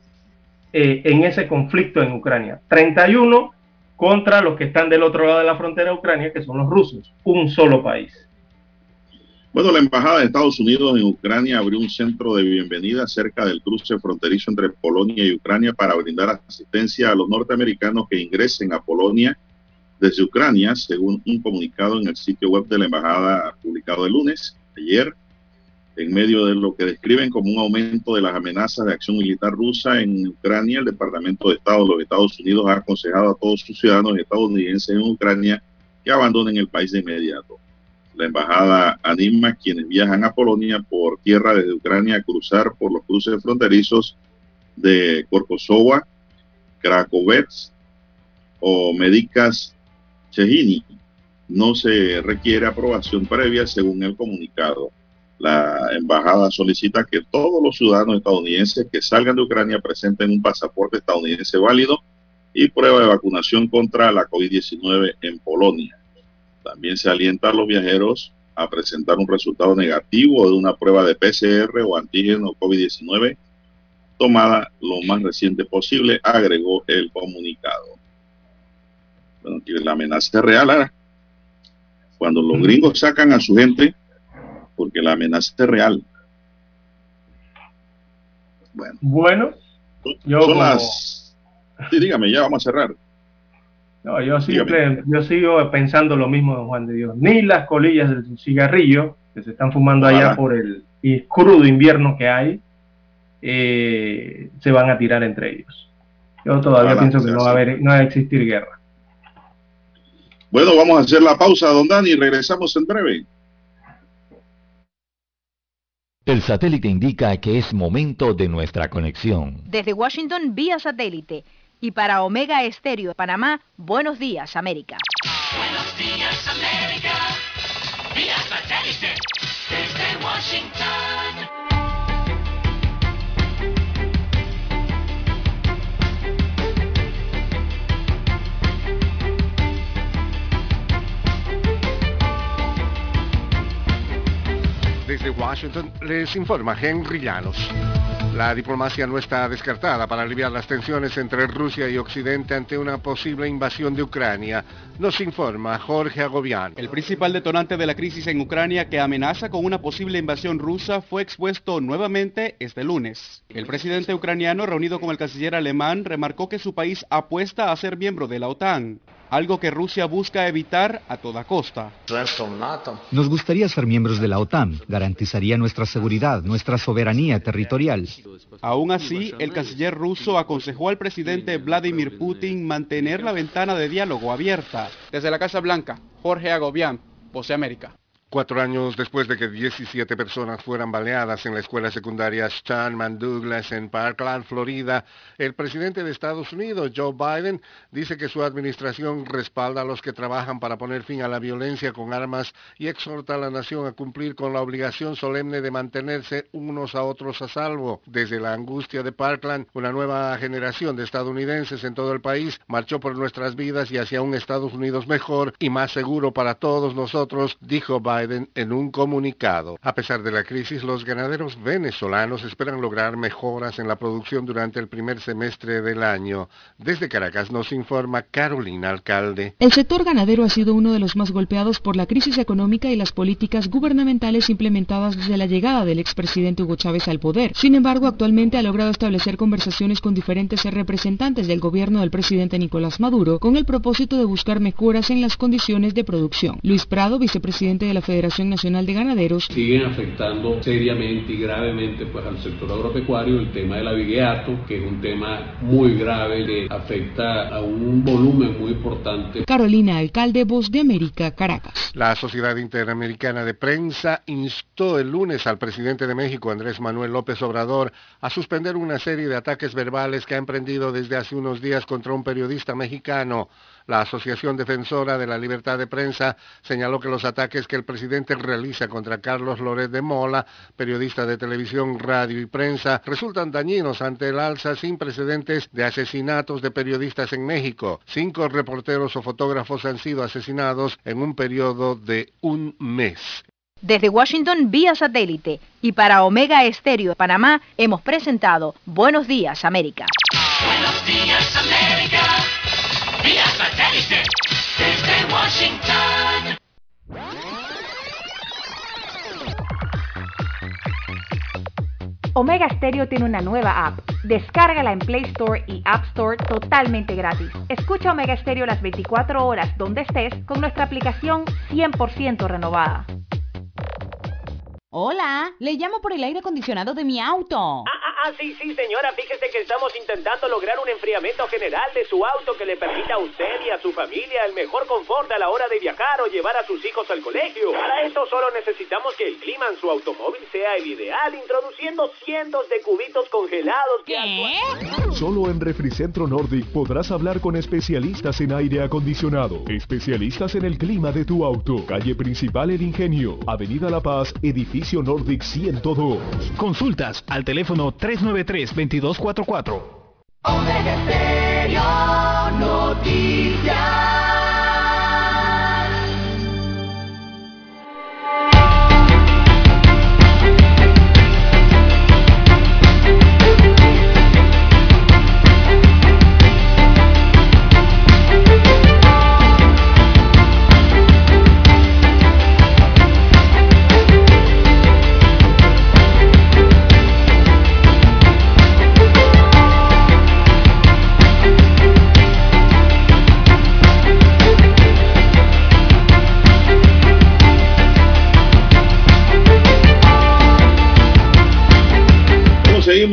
en ese conflicto en Ucrania. 31 contra los que están del otro lado de la frontera de Ucrania, que son los rusos, un solo país. Bueno, la Embajada de Estados Unidos en Ucrania abrió un centro de bienvenida cerca del cruce fronterizo entre Polonia y Ucrania para brindar asistencia a los norteamericanos que ingresen a Polonia desde Ucrania, según un comunicado en el sitio web de la Embajada publicado el lunes, ayer. En medio de lo que describen como un aumento de las amenazas de acción militar rusa en Ucrania, el Departamento de Estado de los Estados Unidos ha aconsejado a todos sus ciudadanos estadounidenses en Ucrania que abandonen el país de inmediato. La embajada anima a quienes viajan a Polonia por tierra desde Ucrania a cruzar por los cruces fronterizos de Korkosowa, Krakovets o Medicas Chehini. No se requiere aprobación previa según el comunicado. La embajada solicita que todos los ciudadanos estadounidenses que salgan de Ucrania presenten un pasaporte estadounidense válido y prueba de vacunación contra la COVID-19 en Polonia. También se alienta a los viajeros a presentar un resultado negativo de una prueba de PCR o antígeno COVID-19 tomada lo más reciente posible, agregó el comunicado. Bueno, que la amenaza es real, ¿eh? Cuando los gringos sacan a su gente, porque la amenaza es real. Bueno, yo son como... las... Sí, dígame, ya vamos a cerrar. No, yo sigo pensando lo mismo, don Juan de Dios. Ni las colillas del cigarrillo que se están fumando allá por el crudo invierno que hay, se van a tirar entre ellos. Yo todavía pienso que no va a existir guerra. Bueno, vamos a hacer la pausa, don Dani, y regresamos en breve. El satélite indica que es momento de nuestra conexión. Desde Washington, vía satélite. Y para Omega Estéreo de Panamá, buenos días, América. Buenos días, América. Vía satélite. Desde Washington. Desde Washington les informa Henry Llanos. La diplomacia no está descartada para aliviar las tensiones entre Rusia y Occidente ante una posible invasión de Ucrania. Nos informa Jorge Agobián. El principal detonante de la crisis en Ucrania que amenaza con una posible invasión rusa fue expuesto nuevamente este lunes. El presidente ucraniano, reunido con el canciller alemán, remarcó que su país apuesta a ser miembro de la OTAN, algo que Rusia busca evitar a toda costa. Nos gustaría ser miembros de la OTAN, garantizaría nuestra seguridad, nuestra soberanía territorial. Aún así, el canciller ruso aconsejó al presidente Vladimir Putin mantener la ventana de diálogo abierta. Desde la Casa Blanca, Jorge Agobián, Voz de América. 4 años después de que 17 personas fueran baleadas en la escuela secundaria Stoneman Douglas en Parkland, Florida, el presidente de Estados Unidos, Joe Biden, dice que su administración respalda a los que trabajan para poner fin a la violencia con armas y exhorta a la nación a cumplir con la obligación solemne de mantenerse unos a otros a salvo. Desde la angustia de Parkland, una nueva generación de estadounidenses en todo el país marchó por nuestras vidas y hacia un Estados Unidos mejor y más seguro para todos nosotros, dijo Biden en un comunicado. A pesar de la crisis, los ganaderos venezolanos esperan lograr mejoras en la producción durante el primer semestre del año. Desde Caracas nos informa Carolina Alcalde. El sector ganadero ha sido uno de los más golpeados por la crisis económica y las políticas gubernamentales implementadas desde la llegada del expresidente Hugo Chávez al poder. Sin embargo, actualmente ha logrado establecer conversaciones con diferentes representantes del gobierno del presidente Nicolás Maduro con el propósito de buscar mejoras en las condiciones de producción. Luis Prado, vicepresidente de la Federación Nacional de Ganaderos, siguen afectando seriamente y gravemente pues al sector agropecuario el tema del abigeato, que es un tema muy grave que afecta a un volumen muy importante. Carolina Alcalde, Voz de América, Caracas. La Sociedad Interamericana de Prensa instó el lunes al presidente de México, Andrés Manuel López Obrador, a suspender una serie de ataques verbales que ha emprendido desde hace unos días contra un periodista mexicano. La Asociación Defensora de la Libertad de Prensa señaló que los ataques que el presidente realiza contra Carlos Loret de Mola, periodista de televisión, radio y prensa, resultan dañinos ante el alza sin precedentes de asesinatos de periodistas en México. 5 reporteros o fotógrafos han sido asesinados en un periodo de un mes. Desde Washington, vía satélite. Y para Omega Estéreo de Panamá, hemos presentado Buenos Días, América. Buenos días, América. Vía satélite. Desde Washington. Omega Stereo tiene una nueva app. Descárgala en Play Store y App Store totalmente gratis. Escucha Omega Stereo las 24 horas donde estés con nuestra aplicación 100% renovada. Hola, le llamo por el aire acondicionado de mi auto. Sí, señora, fíjese que estamos intentando lograr un enfriamiento general de su auto que le permita a usted y a su familia el mejor confort a la hora de viajar o llevar a sus hijos al colegio. Para esto solo necesitamos que el clima en su automóvil sea el ideal, introduciendo cientos de cubitos congelados. ¿Qué? Solo en Refricentro Nordic podrás hablar con especialistas en aire acondicionado, especialistas en el clima de tu auto. Calle Principal El Ingenio, Avenida La Paz, Edificio Nordic 102. Consultas al teléfono 393-2244. Omega Stereo Noticias.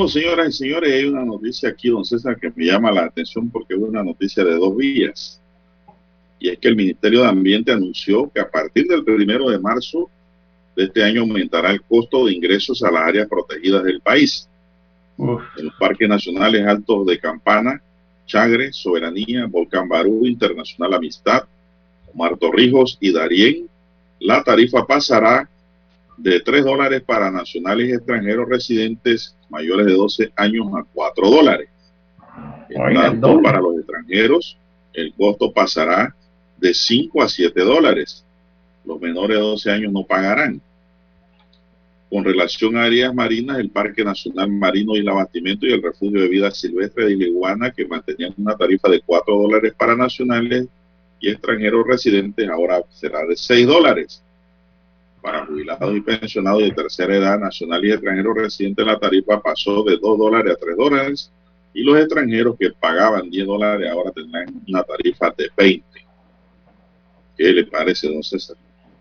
Seguimos, señoras y señores. Hay una noticia aquí, don César, que me llama la atención porque es una noticia de 2 vías. Y es que el Ministerio de Ambiente anunció que a partir del 1 de marzo de este año aumentará el costo de ingresos a las áreas protegidas del país. En los parques nacionales Altos de Campana, Chagre, Soberanía, Volcán Barú, Internacional Amistad, Omar Torrijos y Darién, la tarifa pasará de $3 para nacionales y extranjeros residentes mayores de 12 años a $4. En tanto, para los extranjeros, el costo pasará de $5 a $7. Los menores de 12 años no pagarán. Con relación a áreas marinas, el Parque Nacional Marino Isla Bastimento y el Refugio de Vida Silvestre de Isla Iguana, que mantenían una tarifa de $4 para nacionales y extranjeros residentes, ahora será de $6. Para jubilados y pensionados de tercera edad, nacional y extranjeros residentes, la tarifa pasó de $2 a $3, y los extranjeros que pagaban $10 ahora tendrán una tarifa de $20. ¿Qué le parece, don César?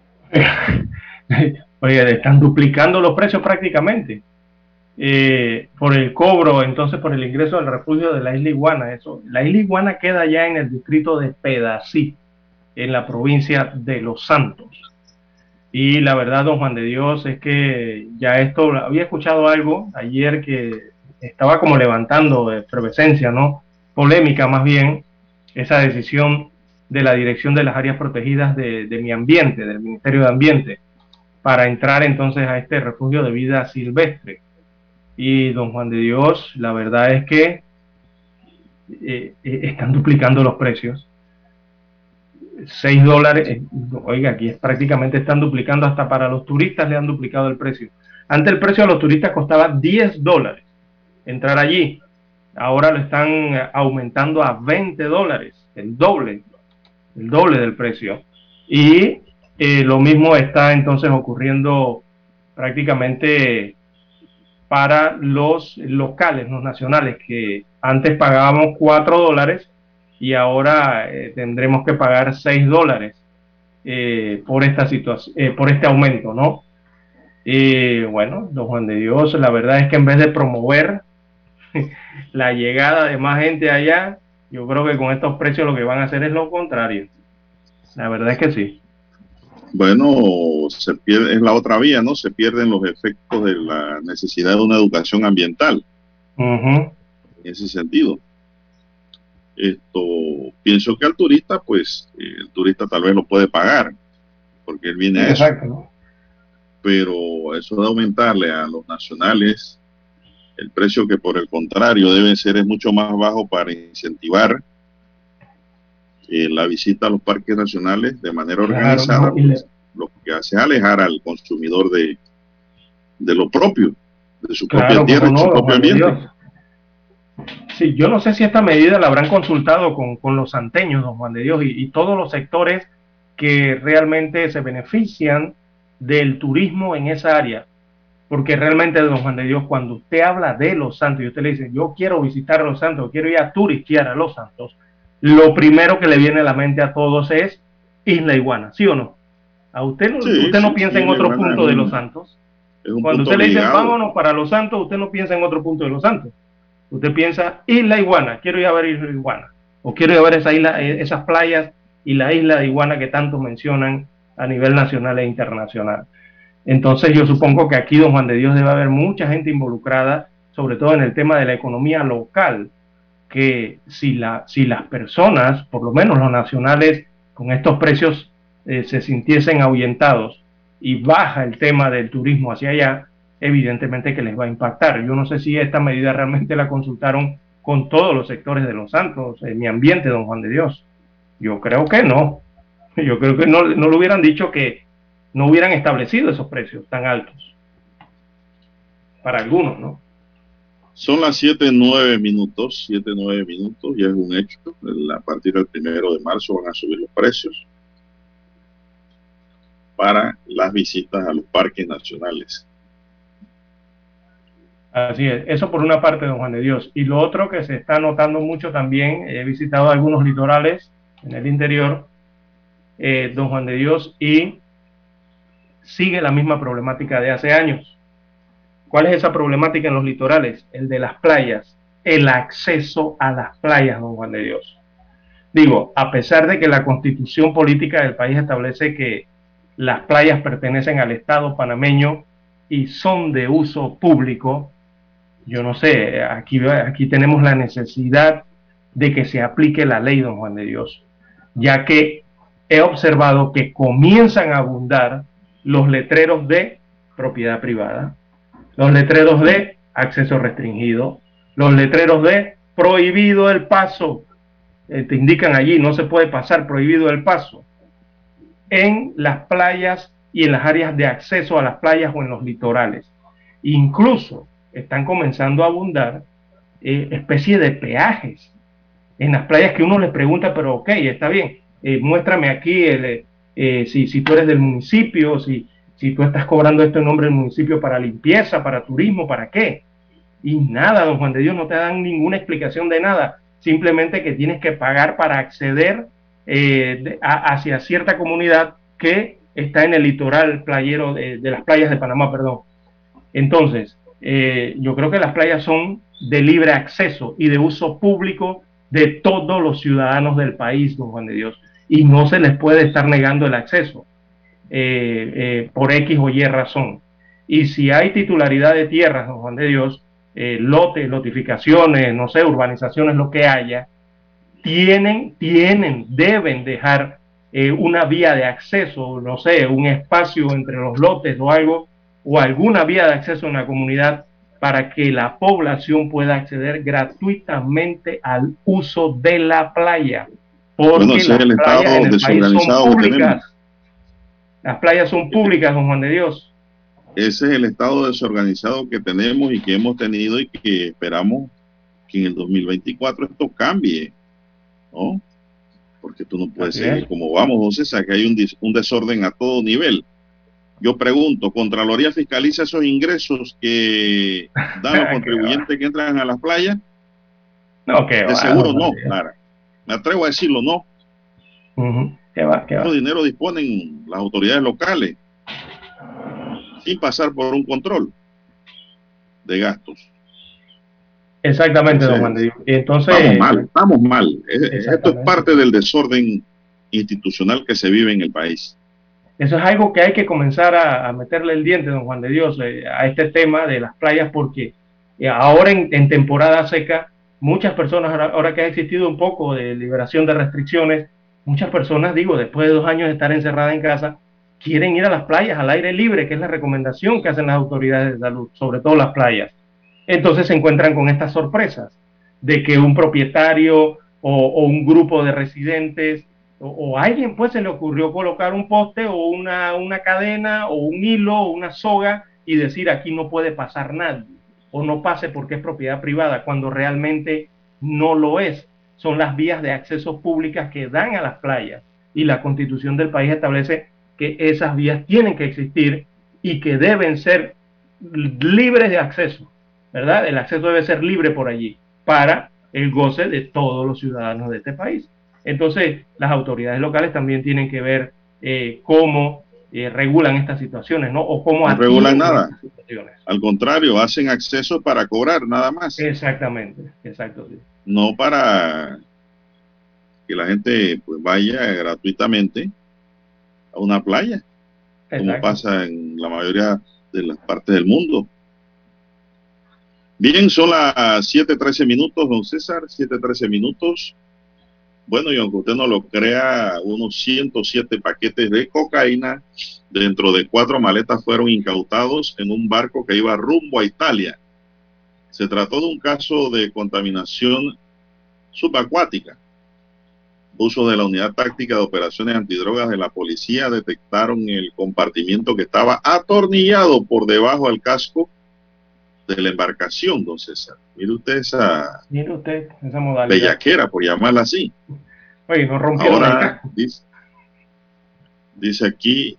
Oye, están duplicando los precios prácticamente por el cobro, entonces por el ingreso al refugio de la Isla Iguana. La Isla Iguana queda ya en el distrito de Pedací, en la provincia de Los Santos. Y la verdad, don Juan de Dios, es que ya esto, había escuchado algo ayer que estaba como levantando efervescencia, ¿no? Polémica más bien, esa decisión de la Dirección de las Áreas Protegidas de Mi Ambiente, del Ministerio de Ambiente, para entrar entonces a este refugio de vida silvestre. Y don Juan de Dios, la verdad es que están duplicando los precios. $6, oiga, aquí es prácticamente están duplicando, hasta para los turistas le han duplicado el precio. Antes el precio a los turistas costaba $10 entrar allí, ahora lo están aumentando a $20, el doble del precio. Y lo mismo está entonces ocurriendo prácticamente para los locales, los nacionales, que antes pagábamos $4 y ahora tendremos que pagar $6 por esta situación, por este aumento, ¿no? Bueno, don Juan de Dios, la verdad es que en vez de promover la llegada de más gente allá, yo creo que con estos precios lo que van a hacer es lo contrario. La verdad es que sí. Bueno, se pierde, es la otra vía, ¿no? Se pierden los efectos de la necesidad de una educación ambiental. En ese sentido. Pienso que al turista, pues, el turista tal vez lo puede pagar, porque él viene a eso. Exacto, ¿no? Pero eso de aumentarle a los nacionales el precio, que por el contrario debe ser es mucho más bajo, para incentivar la visita a los parques nacionales de manera organizada, Claro, ¿no? pues, lo que hace es alejar al consumidor de lo propio, de su propia tierra y su propio ambiente. Sí, yo no sé si esta medida la habrán consultado con los santeños, don Juan de Dios, y todos los sectores que realmente se benefician del turismo en esa área. Porque realmente, don Juan de Dios, cuando usted habla de Los Santos y usted le dice, yo quiero visitar Los Santos, quiero ir a turistear a Los Santos, lo primero que le viene a la mente a todos es Isla Iguana, ¿sí o no? A usted, usted no piensa en otro punto de Los Santos. Cuando usted le dice, vámonos para Los Santos, usted no piensa en otro punto de Los Santos. Usted piensa, Isla Iguana, quiero ir a ver Isla Iguana, o quiero ir a ver esa isla, esas playas y la isla de Iguana que tanto mencionan a nivel nacional e internacional. Entonces yo supongo que aquí, don Juan de Dios, debe haber mucha gente involucrada, sobre todo en el tema de la economía local, que si las personas, por lo menos los nacionales, con estos precios se sintiesen ahuyentados y baja el tema del turismo hacia allá, evidentemente que les va a impactar. Yo no sé si esta medida realmente la consultaron con todos los sectores de Los Santos, en Mi Ambiente, don Juan de Dios. Yo creo que no. Yo creo que no lo hubieran dicho, que no hubieran establecido esos precios tan altos. Para algunos, ¿no? Son las 7:09, 7:09, ya es un hecho. A partir del 1 de marzo van a subir los precios para las visitas a los parques nacionales. Así es, eso por una parte, don Juan de Dios. Y lo otro que se está notando mucho también, he visitado algunos litorales en el interior, don Juan de Dios, y sigue la misma problemática de hace años. ¿Cuál es esa problemática en los litorales? El de las playas, el acceso a las playas, don Juan de Dios. Digo, a pesar de que la constitución política del país establece que las playas pertenecen al Estado panameño y son de uso público, yo no sé, aquí tenemos la necesidad de que se aplique la ley, don Juan de Dios, ya que he observado que comienzan a abundar los letreros de propiedad privada, los letreros de acceso restringido, los letreros de prohibido el paso, te indican allí, no se puede pasar, prohibido el paso, en las playas y en las áreas de acceso a las playas o en los litorales. Incluso están comenzando a abundar especies de peajes en las playas que uno les pregunta, pero ok, está bien, muéstrame aquí si tú eres del municipio, si tú estás cobrando esto en nombre del municipio para limpieza, para turismo, ¿para qué? Y nada, don Juan de Dios, no te dan ninguna explicación de nada, simplemente que tienes que pagar para acceder hacia cierta comunidad que está en el litoral playero de las playas de Panamá, perdón. Entonces, yo creo que las playas son de libre acceso y de uso público de todos los ciudadanos del país, don Juan de Dios, y no se les puede estar negando el acceso por X o Y razón. Y si hay titularidad de tierras, don Juan de Dios, lotes, lotificaciones, no sé, urbanizaciones, lo que haya, deben dejar una vía de acceso, no sé, un espacio entre los lotes o algo, o alguna vía de acceso en la comunidad para que la población pueda acceder gratuitamente al uso de la playa. Porque bueno, ese es el estado desorganizado que tenemos. Las playas son públicas, don Juan de Dios. Ese es el estado desorganizado que tenemos y que hemos tenido y que esperamos que en el 2024 esto cambie, ¿no? Porque tú no puedes seguir como vamos, don César, que hay un desorden a todo nivel. Yo pregunto, ¿Contraloría fiscaliza esos ingresos que dan los contribuyentes que entran a las playas? No, que de seguro no, Clara. Me atrevo a decirlo, no. ¿Qué va? Ese dinero disponen las autoridades locales sin pasar por un control de gastos. Exactamente, don Juan de Dios. Entonces, estamos mal. Esto es parte del desorden institucional que se vive en el país. Eso es algo que hay que comenzar a meterle el diente, don Juan de Dios, a este tema de las playas, porque ahora en temporada seca, muchas personas, ahora que ha existido un poco de liberación de restricciones, muchas personas, digo, después de 2 años de estar encerradas en casa, quieren ir a las playas al aire libre, que es la recomendación que hacen las autoridades de salud, sobre todo las playas. Entonces se encuentran con estas sorpresas de que un propietario o un grupo de residentes o alguien pues se le ocurrió colocar un poste o una cadena o un hilo o una soga y decir aquí no puede pasar nadie o no pase porque es propiedad privada, cuando realmente no lo es. Son las vías de acceso públicas que dan a las playas y la Constitución del país establece que esas vías tienen que existir y que deben ser libres de acceso, ¿verdad? El acceso debe ser libre por allí para el goce de todos los ciudadanos de este país. Entonces, las autoridades locales también tienen que ver cómo regulan estas situaciones, ¿no? O cómo no regulan nada. Al contrario, hacen acceso para cobrar, nada más. Exactamente, exacto. Sí. No para que la gente pues vaya gratuitamente a una playa, como pasa en la mayoría de las partes del mundo. Bien, son las 7:13 minutos, don César, 7:13 minutos. Bueno, y aunque usted no lo crea, unos 107 paquetes de cocaína dentro de 4 maletas fueron incautados en un barco que iba rumbo a Italia. Se trató de un caso de contaminación subacuática. Uso de la Unidad Táctica de Operaciones Antidrogas de la policía detectaron el compartimiento que estaba atornillado por debajo del casco de la embarcación, don César. Mire usted esa modalidad bellaquera, por llamarla así. Oye, no rompió. Ahora dice aquí,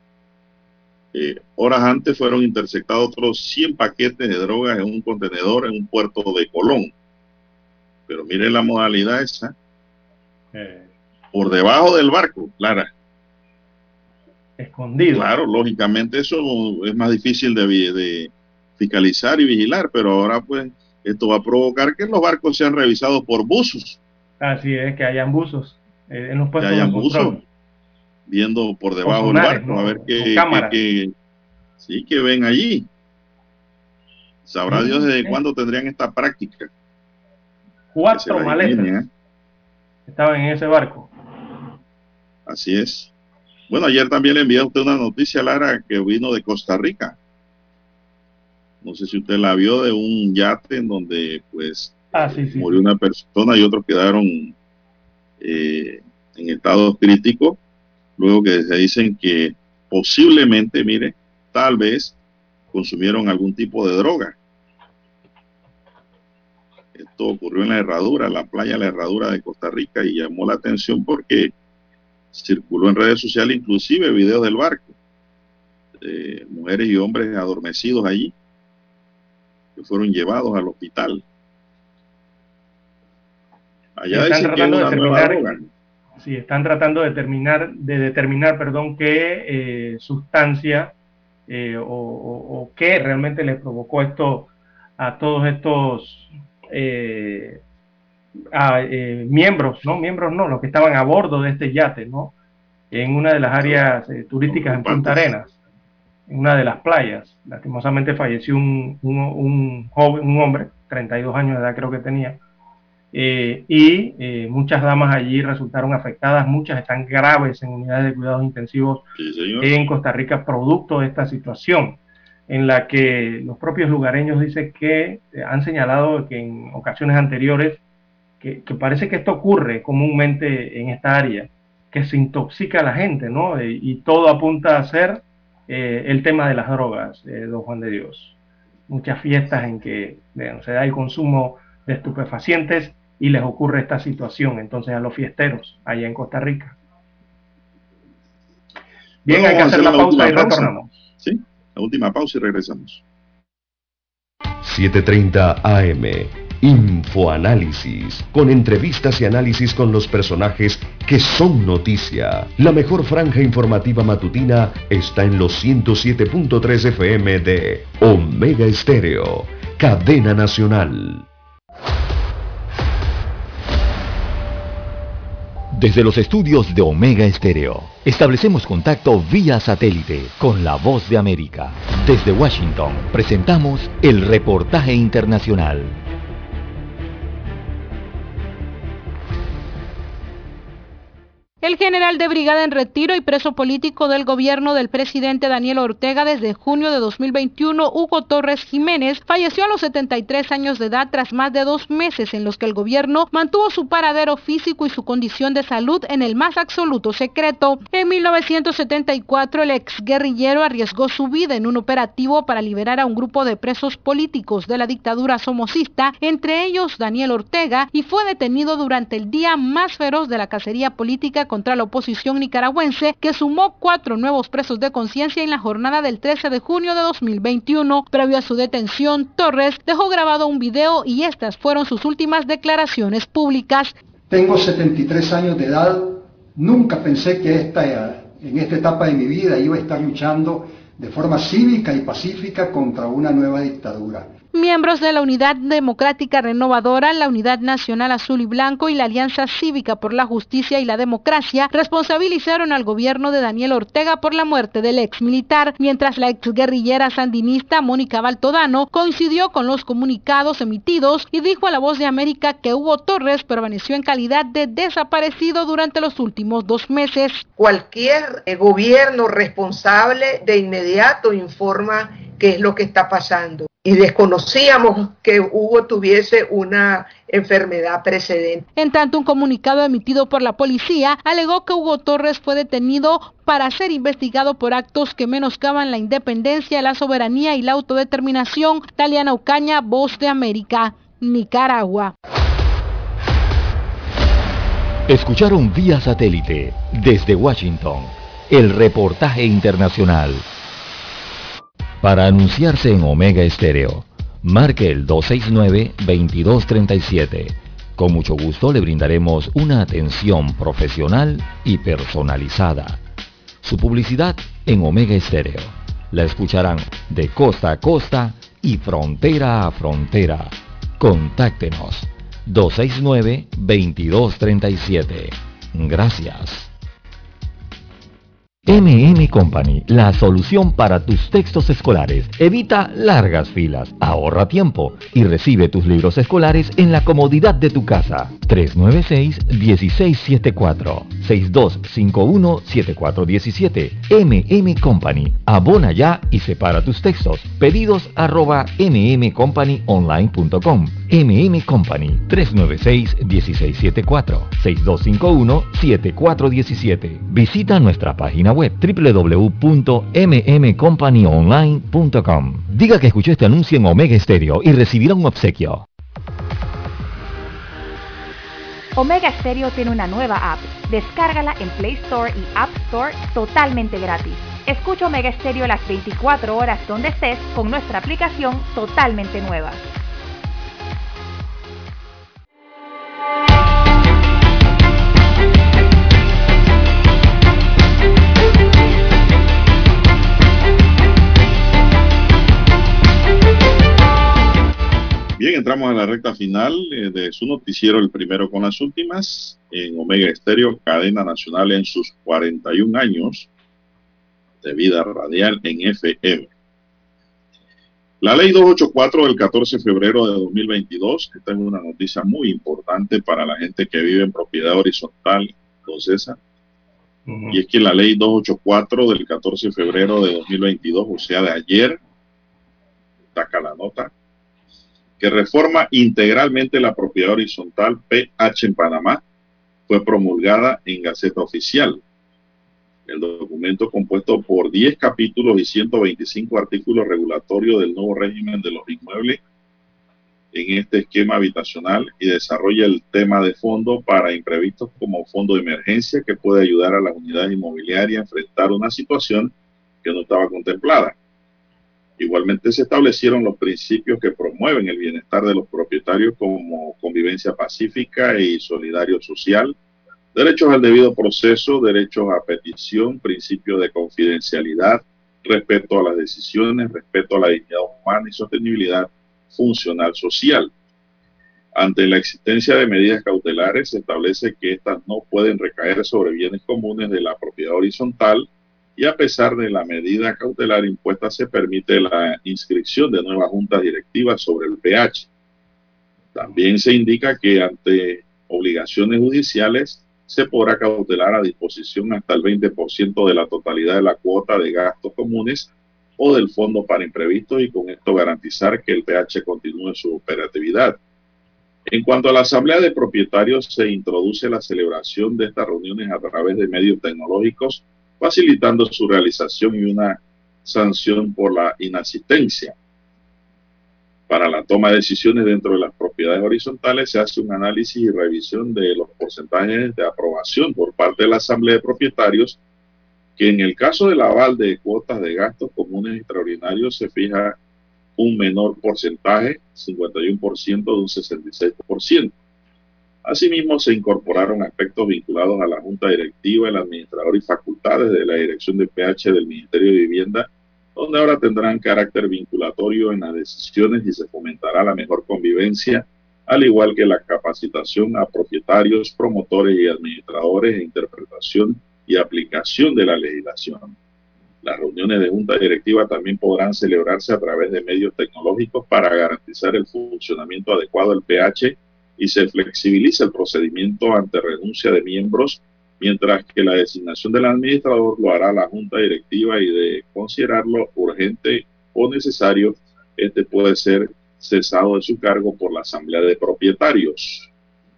horas antes fueron interceptados otros 100 paquetes de drogas en un contenedor en un puerto de Colón. Pero mire la modalidad esa. Por debajo del barco, Clara. Escondido. Claro, lógicamente eso es más difícil de fiscalizar y vigilar, pero ahora pues esto va a provocar que los barcos sean revisados por buzos. Así es, que hayan buzos en los Que puestos hayan de control. buzos viendo por debajo del sonares, barco, ¿no? a ver cámaras. que ven allí. Sabrá Dios desde cuándo tendrían esta práctica. 4 maletas estaban en ese barco. Así es. Bueno, ayer también le envié a usted una noticia, Lara, que vino de Costa Rica. No sé si usted la vio, de un yate en donde pues murió una persona y otros quedaron en estado crítico, luego que se dicen que posiblemente, mire, tal vez consumieron algún tipo de droga. Esto ocurrió en la Herradura, en la playa La Herradura de Costa Rica, y llamó la atención porque circuló en redes sociales inclusive videos del barco, mujeres y hombres adormecidos allí, que fueron llevados al hospital. Allá dicen que es una nueva droga. Sí, están tratando de determinar, qué sustancia o qué realmente les provocó esto a todos estos miembros, los que estaban a bordo de este yate, ¿no? En una de las áreas turísticas en Punta Arenas, en una de las playas. Lastimosamente falleció un hombre, 32 años de edad creo que tenía, y muchas damas allí resultaron afectadas, muchas están graves en unidades de cuidados intensivos en Costa Rica, producto de esta situación, en la que los propios lugareños dicen que han señalado que en ocasiones anteriores, que parece que esto ocurre comúnmente en esta área, que se intoxica a la gente, ¿no? Y todo apunta a ser el tema de las drogas, don Juan de Dios. Muchas fiestas en que se da el consumo de estupefacientes y les ocurre esta situación entonces a los fiesteros allá en Costa Rica. Bien, hay que hacer la pausa y retornamos. Sí, la última pausa y regresamos. 7:30 AM. Infoanálisis, con entrevistas y análisis con los personajes que son noticia. La mejor franja informativa matutina está en los 107.3 FM de Omega Estéreo, cadena nacional. Desde los estudios de Omega Estéreo, establecemos contacto vía satélite con la Voz de América. Desde Washington, presentamos el reportaje internacional. El general de brigada en retiro y preso político del gobierno del presidente Daniel Ortega desde junio de 2021, Hugo Torres Jiménez, falleció a los 73 años de edad tras más de 2 meses en los que el gobierno mantuvo su paradero físico y su condición de salud en el más absoluto secreto. En 1974, el exguerrillero arriesgó su vida en un operativo para liberar a un grupo de presos políticos de la dictadura somocista, entre ellos Daniel Ortega, y fue detenido durante el día más feroz de la cacería política contra la oposición nicaragüense, que sumó 4 nuevos presos de conciencia en la jornada del 13 de junio de 2021. Previo a su detención, Torres dejó grabado un video y estas fueron sus últimas declaraciones públicas. Tengo 73 años de edad, nunca pensé que en esta etapa de mi vida iba a estar luchando de forma cívica y pacífica contra una nueva dictadura. Miembros de la Unidad Democrática Renovadora, la Unidad Nacional Azul y Blanco y la Alianza Cívica por la Justicia y la Democracia responsabilizaron al gobierno de Daniel Ortega por la muerte del ex militar, mientras la exguerrillera sandinista Mónica Baltodano coincidió con los comunicados emitidos y dijo a La Voz de América que Hugo Torres permaneció en calidad de desaparecido durante los últimos 2 meses. Cualquier gobierno responsable de inmediato informa qué es lo que está pasando. Y desconocíamos que Hugo tuviese una enfermedad precedente. En tanto, un comunicado emitido por la policía alegó que Hugo Torres fue detenido para ser investigado por actos que menoscaban la independencia, la soberanía y la autodeterminación. Taliana Ocaña, Voz de América, Nicaragua. Escucharon vía satélite desde Washington el reportaje internacional. Para anunciarse en Omega Estéreo, marque el 269-2237. Con mucho gusto le brindaremos una atención profesional y personalizada. Su publicidad en Omega Estéreo la escucharán de costa a costa y frontera a frontera. Contáctenos 269-2237. Gracias. MM Company, la solución para tus textos escolares. Evita largas filas, ahorra tiempo y recibe tus libros escolares en la comodidad de tu casa. 396-1674, 6251-7417. MM Company. Abona ya y separa tus textos. Pedidos @mmcompanyonline.com. MM Company, 396-1674, 6251-7417. Visita nuestra página web www.mmcompanyonline.com. Diga que escuchó este anuncio en Omega Stereo y recibirá un obsequio. Omega Stereo tiene una nueva app. Descárgala en Play Store y App Store totalmente gratis. Escucha Omega Stereo las 24 horas donde estés con nuestra aplicación totalmente nueva. Bien, entramos a la recta final de su noticiero, el primero con las últimas, en Omega Estéreo, cadena nacional en sus 41 años de vida radial en FM. La ley 284 del 14 de febrero de 2022, esta es una noticia muy importante para la gente que vive en propiedad horizontal, don César. Y es que la ley 284 del 14 de febrero de 2022, o sea, de ayer, taca la nota, que reforma integralmente la propiedad horizontal PH en Panamá, fue promulgada en Gaceta Oficial. El documento, compuesto por 10 capítulos y 125 artículos regulatorios del nuevo régimen de los inmuebles en este esquema habitacional, y desarrolla el tema de fondo para imprevistos como fondo de emergencia, que puede ayudar a las unidades inmobiliarias a enfrentar una situación que no estaba contemplada. Igualmente se establecieron los principios que promueven el bienestar de los propietarios, como convivencia pacífica y solidario social, derechos al debido proceso, derechos a petición, principio de confidencialidad, respeto a las decisiones, respeto a la dignidad humana y sostenibilidad funcional social. Ante la existencia de medidas cautelares, se establece que éstas no pueden recaer sobre bienes comunes de la propiedad horizontal, y a pesar de la medida cautelar impuesta, se permite la inscripción de nuevas juntas directivas sobre el PH. También se indica que ante obligaciones judiciales se podrá cautelar a disposición hasta el 20% de la totalidad de la cuota de gastos comunes o del fondo para imprevistos, y con esto garantizar que el PH continúe su operatividad. En cuanto a la asamblea de propietarios, se introduce la celebración de estas reuniones a través de medios tecnológicos, facilitando su realización y una sanción por la inasistencia. Para la toma de decisiones dentro de las propiedades horizontales, se hace un análisis y revisión de los porcentajes de aprobación por parte de la asamblea de propietarios, que en el caso del aval de cuotas de gastos comunes extraordinarios se fija un menor porcentaje, 51% de un 66%. Asimismo, se incorporaron aspectos vinculados a la Junta Directiva, el administrador y facultades de la Dirección de PH del Ministerio de Vivienda, donde ahora tendrán carácter vinculatorio en las decisiones y se fomentará la mejor convivencia, al igual que la capacitación a propietarios, promotores y administradores e interpretación y aplicación de la legislación. Las reuniones de Junta Directiva también podrán celebrarse a través de medios tecnológicos para garantizar el funcionamiento adecuado del PH, y se flexibiliza el procedimiento ante renuncia de miembros, mientras que la designación del administrador lo hará la Junta Directiva, y de considerarlo urgente o necesario, este puede ser cesado de su cargo por la Asamblea de Propietarios.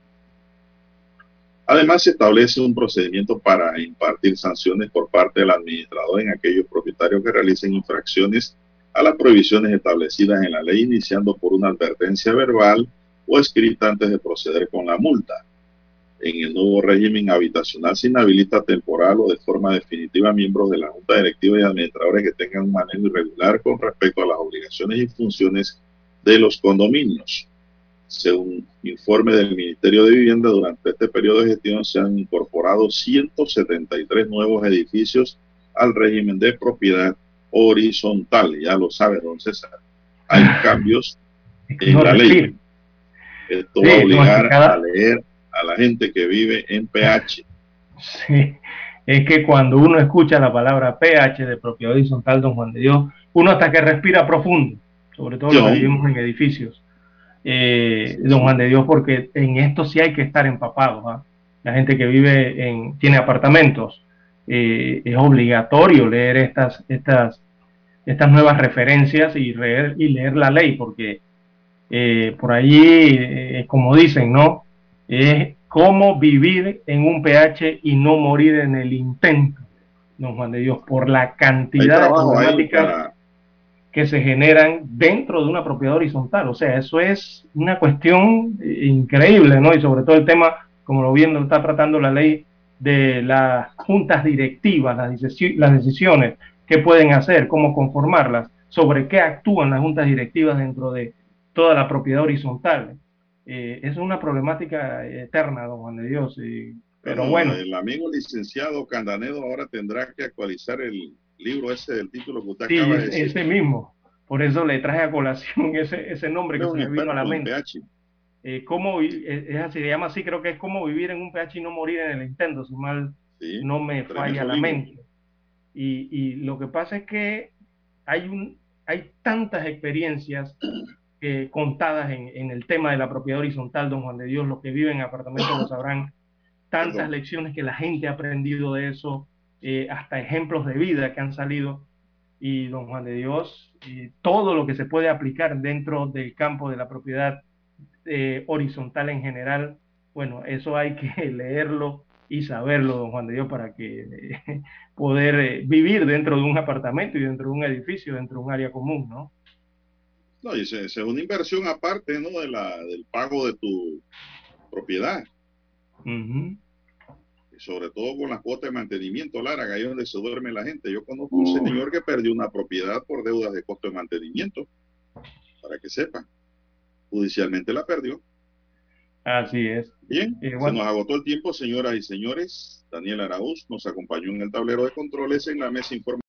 Además, se establece un procedimiento para impartir sanciones por parte del administrador en aquellos propietarios que realicen infracciones a las prohibiciones establecidas en la ley, iniciando por una advertencia verbal o escrita antes de proceder con la multa. En el nuevo régimen habitacional se inhabilita temporal o de forma definitiva a miembros de la Junta Directiva y administradores que tengan un manejo irregular con respecto a las obligaciones y funciones de los condominios. Según informe del Ministerio de Vivienda, durante este periodo de gestión se han incorporado 173 nuevos edificios al régimen de propiedad horizontal. Ya lo sabe, don César. hay cambios en No la respira. ley. Esto Sí, va a no, es obligar que cada, a leer a la gente que vive en PH. sí, es que cuando uno escucha la palabra pH de propiedad horizontal, don Juan de Dios, uno hasta que respira profundo, sobre todo los que John, vivimos en edificios, sí, don sí. Juan de Dios, porque en esto sí hay que estar empapados, ¿ah? La gente que vive tiene apartamentos, es obligatorio leer estas nuevas referencias y leer la ley, porque por allí, como dicen, ¿no? Es cómo vivir en un pH y no morir en el intento, don Juan de Dios, por la Hay cantidad de trabajo ahí problemáticas para... que se generan dentro de una propiedad horizontal. O sea, eso es una cuestión increíble, ¿no? Y sobre todo el tema, como lo viendo, está tratando la ley de las juntas directivas, las decisiones que pueden hacer, cómo conformarlas, sobre qué actúan las juntas directivas dentro de toda la propiedad horizontal. Es una problemática eterna, don Juan de Dios. Pero Bueno, bueno, el amigo licenciado Candanedo ahora tendrá que actualizar el libro ese del título que usted sí, acaba de es decir. ese mismo. Por eso le traje a colación ese nombre Él es que se un me vino a la experto en mente. PH. Es así, se llama así, creo que es cómo vivir en un PH y no morir en el intento, si mal Sí, no me falla tremendo la libro. mente. Y lo que pasa es que hay tantas experiencias contadas en el tema de la propiedad horizontal, don Juan de Dios, los que viven en apartamentos lo sabrán, tantas Perdón. lecciones que la gente ha aprendido de eso, hasta ejemplos de vida que han salido. Y don Juan de Dios, todo lo que se puede aplicar dentro del campo de la propiedad horizontal en general, bueno, eso hay que leerlo y saberlo, don Juan de Dios, para que poder vivir dentro de un apartamento y dentro de un edificio, dentro de un área común, ¿no? No, y esa es una inversión aparte, ¿no? Del pago de tu propiedad. Uh-huh. Y sobre todo con las cuotas de mantenimiento, Lara, ahí es donde se duerme la gente. Yo conozco un señor que perdió una propiedad por deudas de costo de mantenimiento, para que sepa. Judicialmente la perdió. Así es. Bien, se Bueno. nos agotó el tiempo, señoras y señores. Daniel Araúz nos acompañó en el tablero de controles en la mesa informativa.